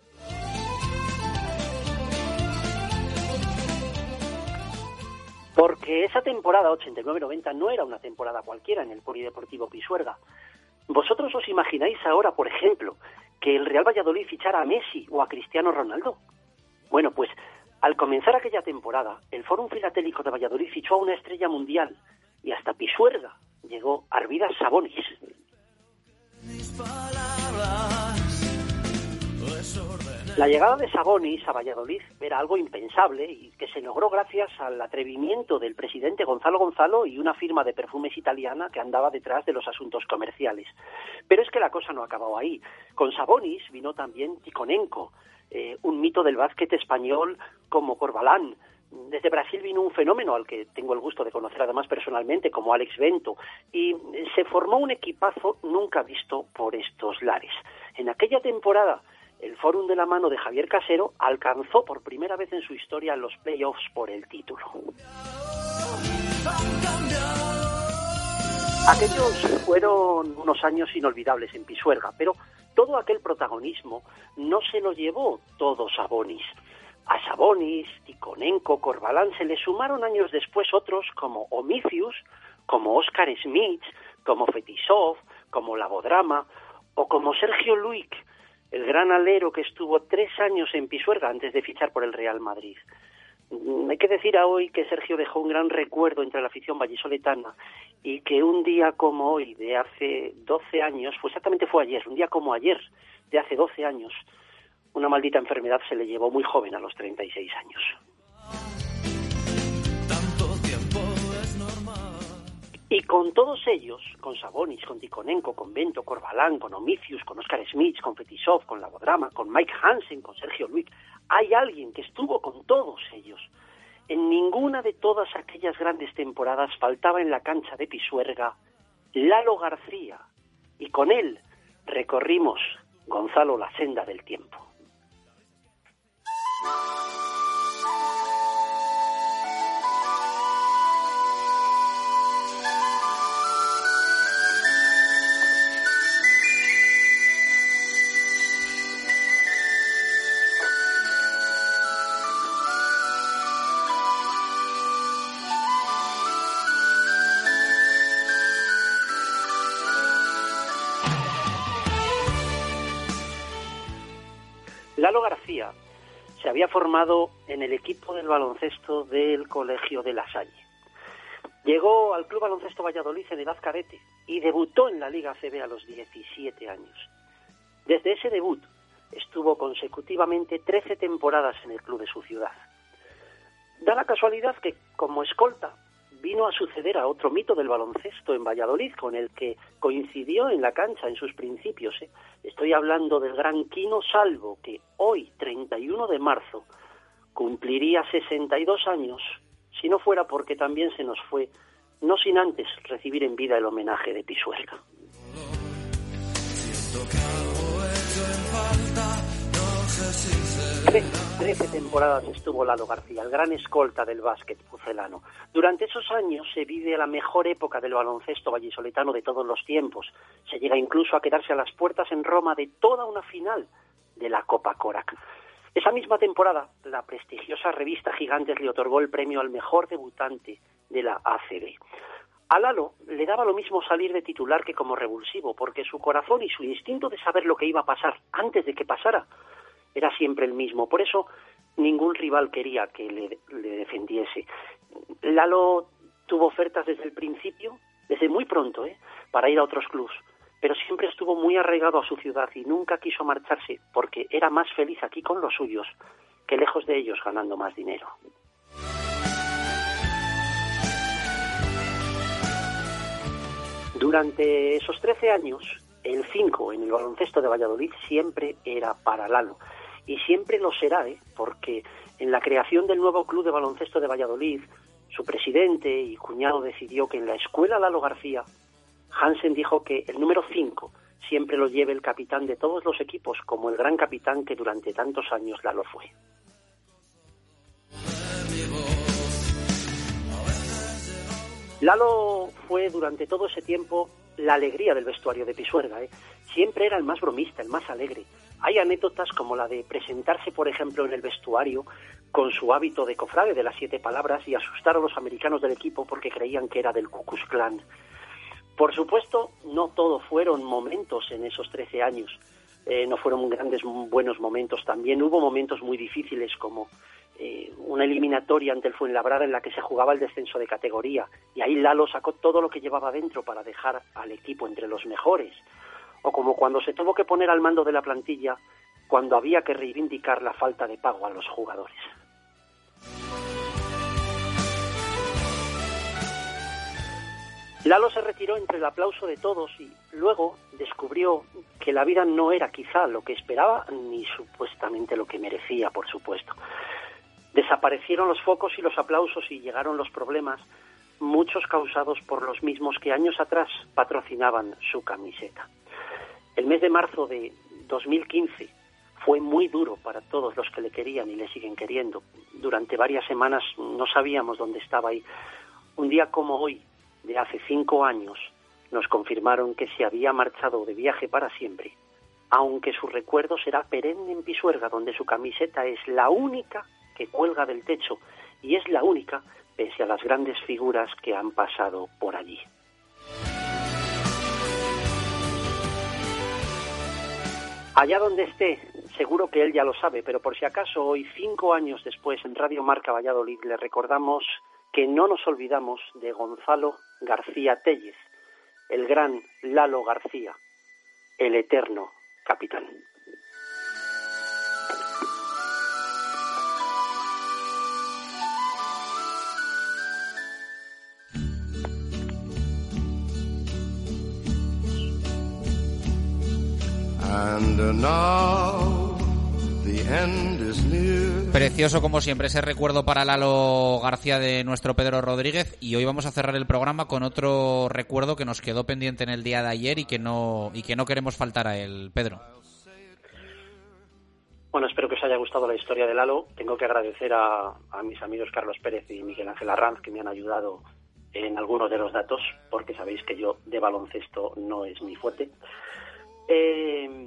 Porque esa temporada ochenta y nueve noventa no era una temporada cualquiera en el Polideportivo Pisuerga. ¿Vosotros os imagináis ahora, por ejemplo, que el Real Valladolid fichara a Messi o a Cristiano Ronaldo? Bueno, pues Al comenzar aquella temporada, el Fórum Filatélico de Valladolid fichó a una estrella mundial y hasta Pisuerga llegó Arvidas Sabonis. La llegada de Sabonis a Valladolid era algo impensable y que se logró gracias al atrevimiento del presidente Gonzalo Gonzalo y una firma de perfumes italiana que andaba detrás de los asuntos comerciales. Pero es que la cosa no acabó ahí. Con Sabonis vino también Tikhonenko, eh, un mito del básquet español como Corbalán. Desde Brasil vino un fenómeno al que tengo el gusto de conocer además personalmente, como Alex Bento, y se formó un equipazo nunca visto por estos lares. En aquella temporada, el Fórum de la mano de Javier Casero alcanzó por primera vez en su historia los playoffs por el título. Aquellos fueron unos años inolvidables en Pisuerga, pero todo aquel protagonismo no se lo llevó todo Sabonis. A Sabonis, Tikhonenko, Corbalán se le sumaron años después otros como Omicius, como Oscar Smith, como Fetisov, como Labodrama o como Sergio Luic, el gran alero que estuvo tres años en Pisuerga antes de fichar por el Real Madrid. Hay que decir a hoy que Sergio dejó un gran recuerdo entre la afición vallisoletana y que un día como hoy, de hace doce años, pues exactamente fue ayer, un día como ayer, de hace doce años, una maldita enfermedad se le llevó muy joven, a los treinta y seis años. Y con todos ellos, con Sabonis, con Tikhonenko, con Bento, Corbalán, con Omicius, con Oscar Smith, con Fetisov, con Labodrama, con Mike Hansen, con Sergio Luic, hay alguien que estuvo con todos ellos. En ninguna de todas aquellas grandes temporadas faltaba en la cancha de Pisuerga Lalo García, y con él recorrimos, Gonzalo, la senda del tiempo. Lalo García se había formado en el equipo del baloncesto del Colegio de La Salle. Llegó al Club Baloncesto Valladolid en edad cadete y debutó en la Liga A C B a los diecisiete años. Desde ese debut estuvo consecutivamente trece temporadas en el club de su ciudad. Da la casualidad que, como escolta, vino a suceder a otro mito del baloncesto en Valladolid, con el que coincidió en la cancha en sus principios. ¿eh? Estoy hablando del gran Quino Salvo, que hoy, treinta y uno de marzo, cumpliría sesenta y dos años, si no fuera porque también se nos fue, no sin antes recibir en vida el homenaje de Pisuerga. Trece temporadas estuvo Lalo García, el gran escolta del básquet pucelano. Durante esos años se vive la mejor época del baloncesto vallisoletano de todos los tiempos. Se llega incluso a quedarse a las puertas en Roma de toda una final de la Copa Korak. Esa misma temporada, la prestigiosa revista Gigantes le otorgó el premio al mejor debutante de la A C B. A Lalo le daba lo mismo salir de titular que como revulsivo, porque su corazón y su instinto de saber lo que iba a pasar antes de que pasara era siempre el mismo. Por eso ningún rival quería que le, le defendiese. Lalo tuvo ofertas desde el principio, desde muy pronto, ¿eh? para ir a otros clubs, pero siempre estuvo muy arraigado a su ciudad y nunca quiso marcharse porque era más feliz aquí con los suyos que lejos de ellos ganando más dinero. Durante esos trece años, el cinco en el baloncesto de Valladolid siempre era para Lalo. Y siempre lo será, ¿eh? porque en la creación del nuevo Club de Baloncesto de Valladolid, su presidente y cuñado decidió que en la escuela Lalo García, Hansen dijo que el número cinco siempre lo lleve el capitán de todos los equipos, como el gran capitán que durante tantos años Lalo fue. Lalo fue durante todo ese tiempo la alegría del vestuario de Pisuerga, ¿eh? Siempre era el más bromista, el más alegre. Hay anécdotas como la de presentarse, por ejemplo, en el vestuario con su hábito de cofrade de las siete palabras y asustar a los americanos del equipo porque creían que era del Ku Klux Klan. Por supuesto, no todo fueron momentos en esos trece años. eh, no fueron grandes buenos momentos. También hubo momentos muy difíciles como eh, una eliminatoria ante el Fuenlabrada en la que se jugaba el descenso de categoría, y ahí Lalo sacó todo lo que llevaba dentro para dejar al equipo entre los mejores. O como cuando se tuvo que poner al mando de la plantilla cuando había que reivindicar la falta de pago a los jugadores. Lalo se retiró entre el aplauso de todos y luego descubrió que la vida no era quizá lo que esperaba ni supuestamente lo que merecía, por supuesto. Desaparecieron los focos y los aplausos y llegaron los problemas, muchos causados por los mismos que años atrás patrocinaban su camiseta. El mes de marzo de dos mil quince fue muy duro para todos los que le querían y le siguen queriendo. Durante varias semanas no sabíamos dónde estaba ahí. Un día como hoy, de hace cinco años, nos confirmaron que se había marchado de viaje para siempre, aunque su recuerdo será perenne en Pisuerga, donde su camiseta es la única que cuelga del techo, y es la única pese a las grandes figuras que han pasado por allí. Allá donde esté, seguro que él ya lo sabe, pero por si acaso hoy, cinco años después, en Radio Marca Valladolid, le recordamos que no nos olvidamos de Gonzalo García Tellez, el gran Lalo García, el eterno capitán. And now the end is near. Precioso como siempre ese recuerdo para Lalo García de nuestro Pedro Rodríguez, y hoy vamos a cerrar el programa con otro recuerdo que nos quedó pendiente en el día de ayer y que no y que no queremos faltar a él, Pedro. Bueno, espero que os haya gustado la historia de Lalo. Tengo que agradecer a, a mis amigos Carlos Pérez y Miguel Ángel Arranz, que me han ayudado en algunos de los datos, porque sabéis que yo de baloncesto no es mi fuerte. Eh,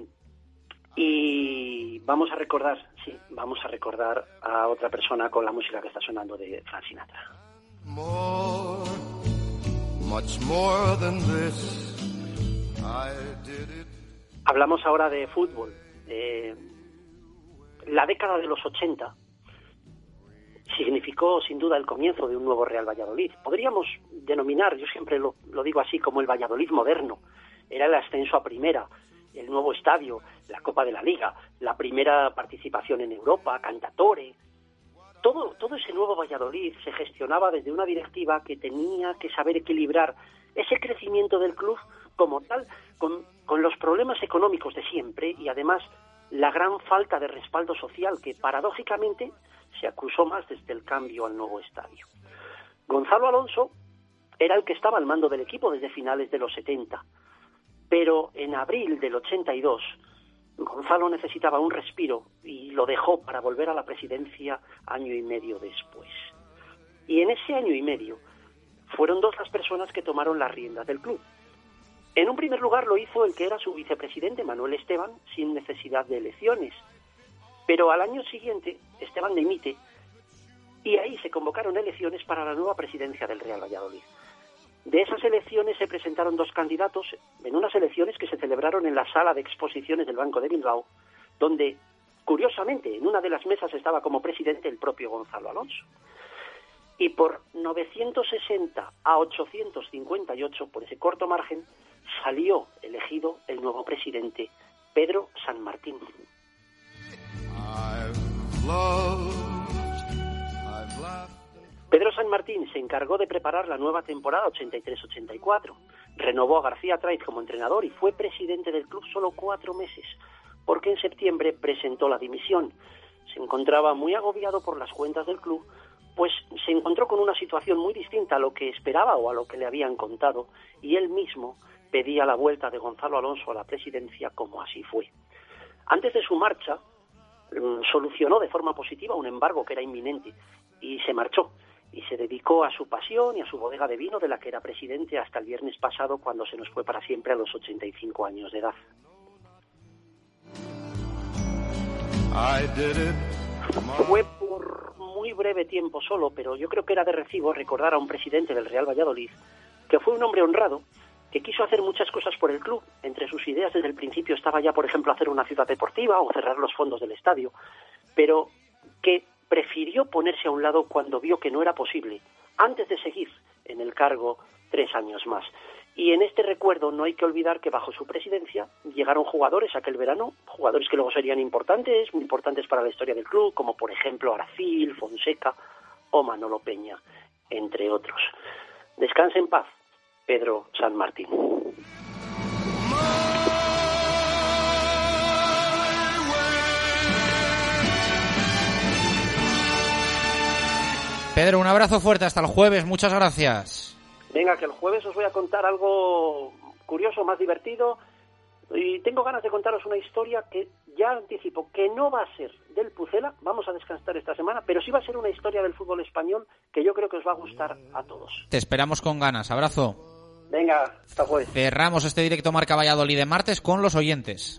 y vamos a recordar, sí, vamos a recordar a otra persona con la música que está sonando de Frank Sinatra. More, much more than this, I did it. Hablamos ahora de fútbol. Eh, la década de los ochenta significó sin duda el comienzo de un nuevo Real Valladolid. Podríamos denominar, yo siempre lo, lo digo así, como el Valladolid moderno. Era el ascenso a primera, el nuevo estadio, la Copa de la Liga, la primera participación en Europa, Cantatore. Todo, todo ese nuevo Valladolid se gestionaba desde una directiva que tenía que saber equilibrar ese crecimiento del club como tal, con, con los problemas económicos de siempre y además la gran falta de respaldo social que paradójicamente se acusó más desde el cambio al nuevo estadio. Gonzalo Alonso era el que estaba al mando del equipo desde finales de los setenta. Pero en abril del ochenta y dos, Gonzalo necesitaba un respiro y lo dejó para volver a la presidencia año y medio después. Y en ese año y medio fueron dos las personas que tomaron las riendas del club. En un primer lugar lo hizo el que era su vicepresidente, Manuel Esteban, sin necesidad de elecciones. Pero al año siguiente, Esteban dimite y ahí se convocaron elecciones para la nueva presidencia del Real Valladolid. De esas elecciones se presentaron dos candidatos en unas elecciones que se celebraron en la sala de exposiciones del Banco de Bilbao, donde, curiosamente, en una de las mesas estaba como presidente el propio Gonzalo Alonso. Y por novecientos sesenta a ochocientos cincuenta y ocho, por ese corto margen, salió elegido el nuevo presidente, Pedro San Martín. I've loved, I've laughed. Pedro San Martín se encargó de preparar la nueva temporada ochenta y tres ochenta y cuatro. Renovó a García Traiz como entrenador y fue presidente del club solo cuatro meses, porque en septiembre presentó la dimisión. Se encontraba muy agobiado por las cuentas del club, pues se encontró con una situación muy distinta a lo que esperaba o a lo que le habían contado, y él mismo pedía la vuelta de Gonzalo Alonso a la presidencia, como así fue. Antes de su marcha, solucionó de forma positiva un embargo que era inminente y se marchó. Y se dedicó a su pasión y a su bodega de vino, de la que era presidente hasta el viernes pasado, cuando se nos fue para siempre a los ochenta y cinco años de edad. I did it. Fue por muy breve tiempo solo, pero yo creo que era de recibo recordar a un presidente del Real Valladolid, que fue un hombre honrado, que quiso hacer muchas cosas por el club. Entre sus ideas desde el principio estaba ya, por ejemplo, hacer una ciudad deportiva o cerrar los fondos del estadio, pero que prefirió ponerse a un lado cuando vio que no era posible, antes de seguir en el cargo tres años más. Y en este recuerdo no hay que olvidar que bajo su presidencia llegaron jugadores aquel verano, jugadores que luego serían importantes, muy importantes para la historia del club, como por ejemplo Aracil, Fonseca o Manolo Peña, entre otros. Descanse en paz, Pedro San Martín. Pedro, un abrazo fuerte, hasta el jueves, muchas gracias. Venga, que el jueves os voy a contar algo curioso, más divertido, y tengo ganas de contaros una historia que ya anticipo que no va a ser del Pucela, vamos a descansar esta semana, pero sí va a ser una historia del fútbol español que yo creo que os va a gustar a todos. Te esperamos con ganas, abrazo. Venga, hasta jueves. Cerramos este directo Marca Valladolid de martes con los oyentes.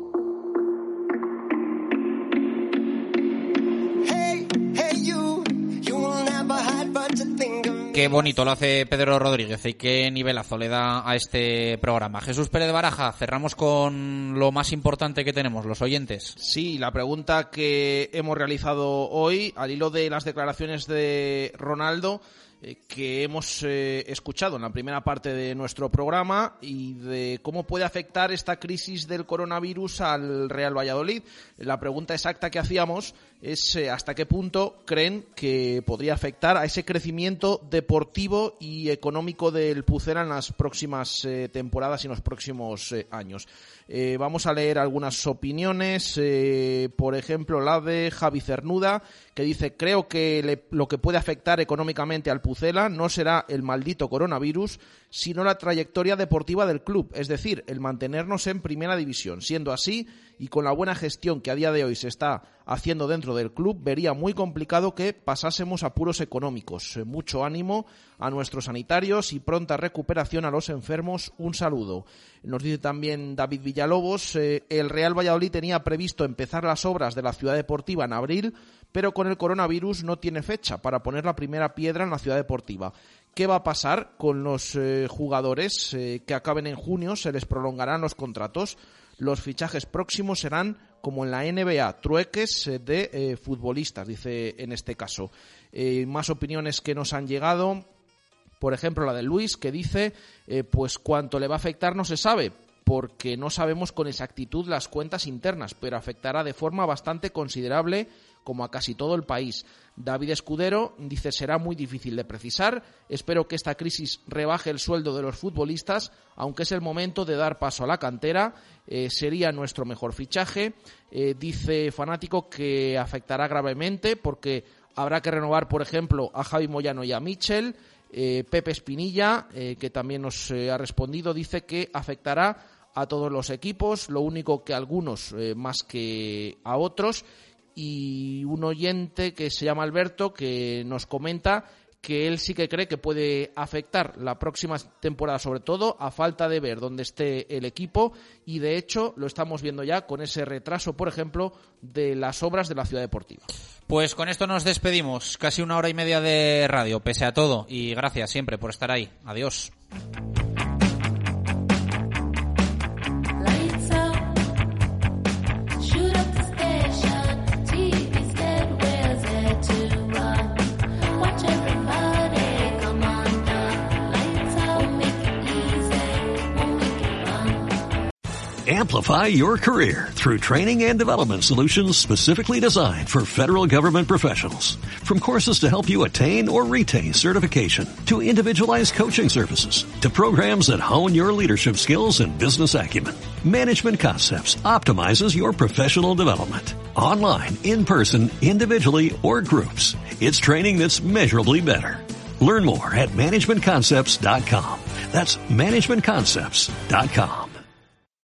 Qué bonito lo hace Pedro Rodríguez y qué nivelazo le da a este programa. Jesús Pérez Baraja, cerramos con lo más importante que tenemos, los oyentes. Sí, la pregunta que hemos realizado hoy, al hilo de las declaraciones de Ronaldo, eh, que hemos eh, escuchado en la primera parte de nuestro programa, y de cómo puede afectar esta crisis del coronavirus al Real Valladolid. La pregunta exacta que hacíamos es eh, hasta qué punto creen que podría afectar a ese crecimiento deportivo y económico del Pucela en las próximas eh, temporadas y en los próximos eh, años. Eh, vamos a leer algunas opiniones, eh, por ejemplo la de Javi Cernuda, que dice: creo que le, lo que puede afectar económicamente al Pucela no será el maldito coronavirus, sino la trayectoria deportiva del club, es decir, el mantenernos en primera división. Siendo así, y con la buena gestión que a día de hoy se está haciendo dentro del club, vería muy complicado que pasásemos apuros económicos. Eh, mucho ánimo a nuestros sanitarios y pronta recuperación a los enfermos. Un saludo. Nos dice también David Villalobos, eh, el Real Valladolid tenía previsto empezar las obras de la ciudad deportiva en abril, pero con el coronavirus no tiene fecha para poner la primera piedra en la ciudad deportiva. ¿Qué va a pasar con los eh, jugadores eh, que acaben en junio? ¿Se les prolongarán los contratos? Los fichajes próximos serán, como en la N B A, trueques eh, de eh, futbolistas, dice en este caso. Eh, más opiniones que nos han llegado, por ejemplo la de Luis, que dice, eh, pues cuánto le va a afectar no se sabe, porque no sabemos con exactitud las cuentas internas, pero afectará de forma bastante considerable, como a casi todo el país. David Escudero dice: será muy difícil de precisar, espero que esta crisis rebaje el sueldo de los futbolistas, aunque es el momento de dar paso a la cantera, eh, sería nuestro mejor fichaje. Eh, dice Fanático que afectará gravemente porque habrá que renovar, por ejemplo, a Javi Moyano y a Michel. Eh, Pepe Espinilla, eh, que también nos eh, ha respondido, dice que afectará a todos los equipos, lo único que a algunos eh, más que a otros. Y un oyente que se llama Alberto, que nos comenta que él sí que cree que puede afectar la próxima temporada, sobre todo a falta de ver dónde esté el equipo, y de hecho lo estamos viendo ya con ese retraso, por ejemplo, de las obras de la ciudad deportiva. Pues con esto nos despedimos, casi una hora y media de radio, pese a todo, y gracias siempre por estar ahí. Adiós. Amplify your career through training and development solutions specifically designed for federal government professionals. From courses to help you attain or retain certification, to individualized coaching services, to programs that hone your leadership skills and business acumen, Management Concepts optimizes your professional development. Online, in person, individually, or groups, it's training that's measurably better. Learn more at management concepts dot com. That's management concepts dot com.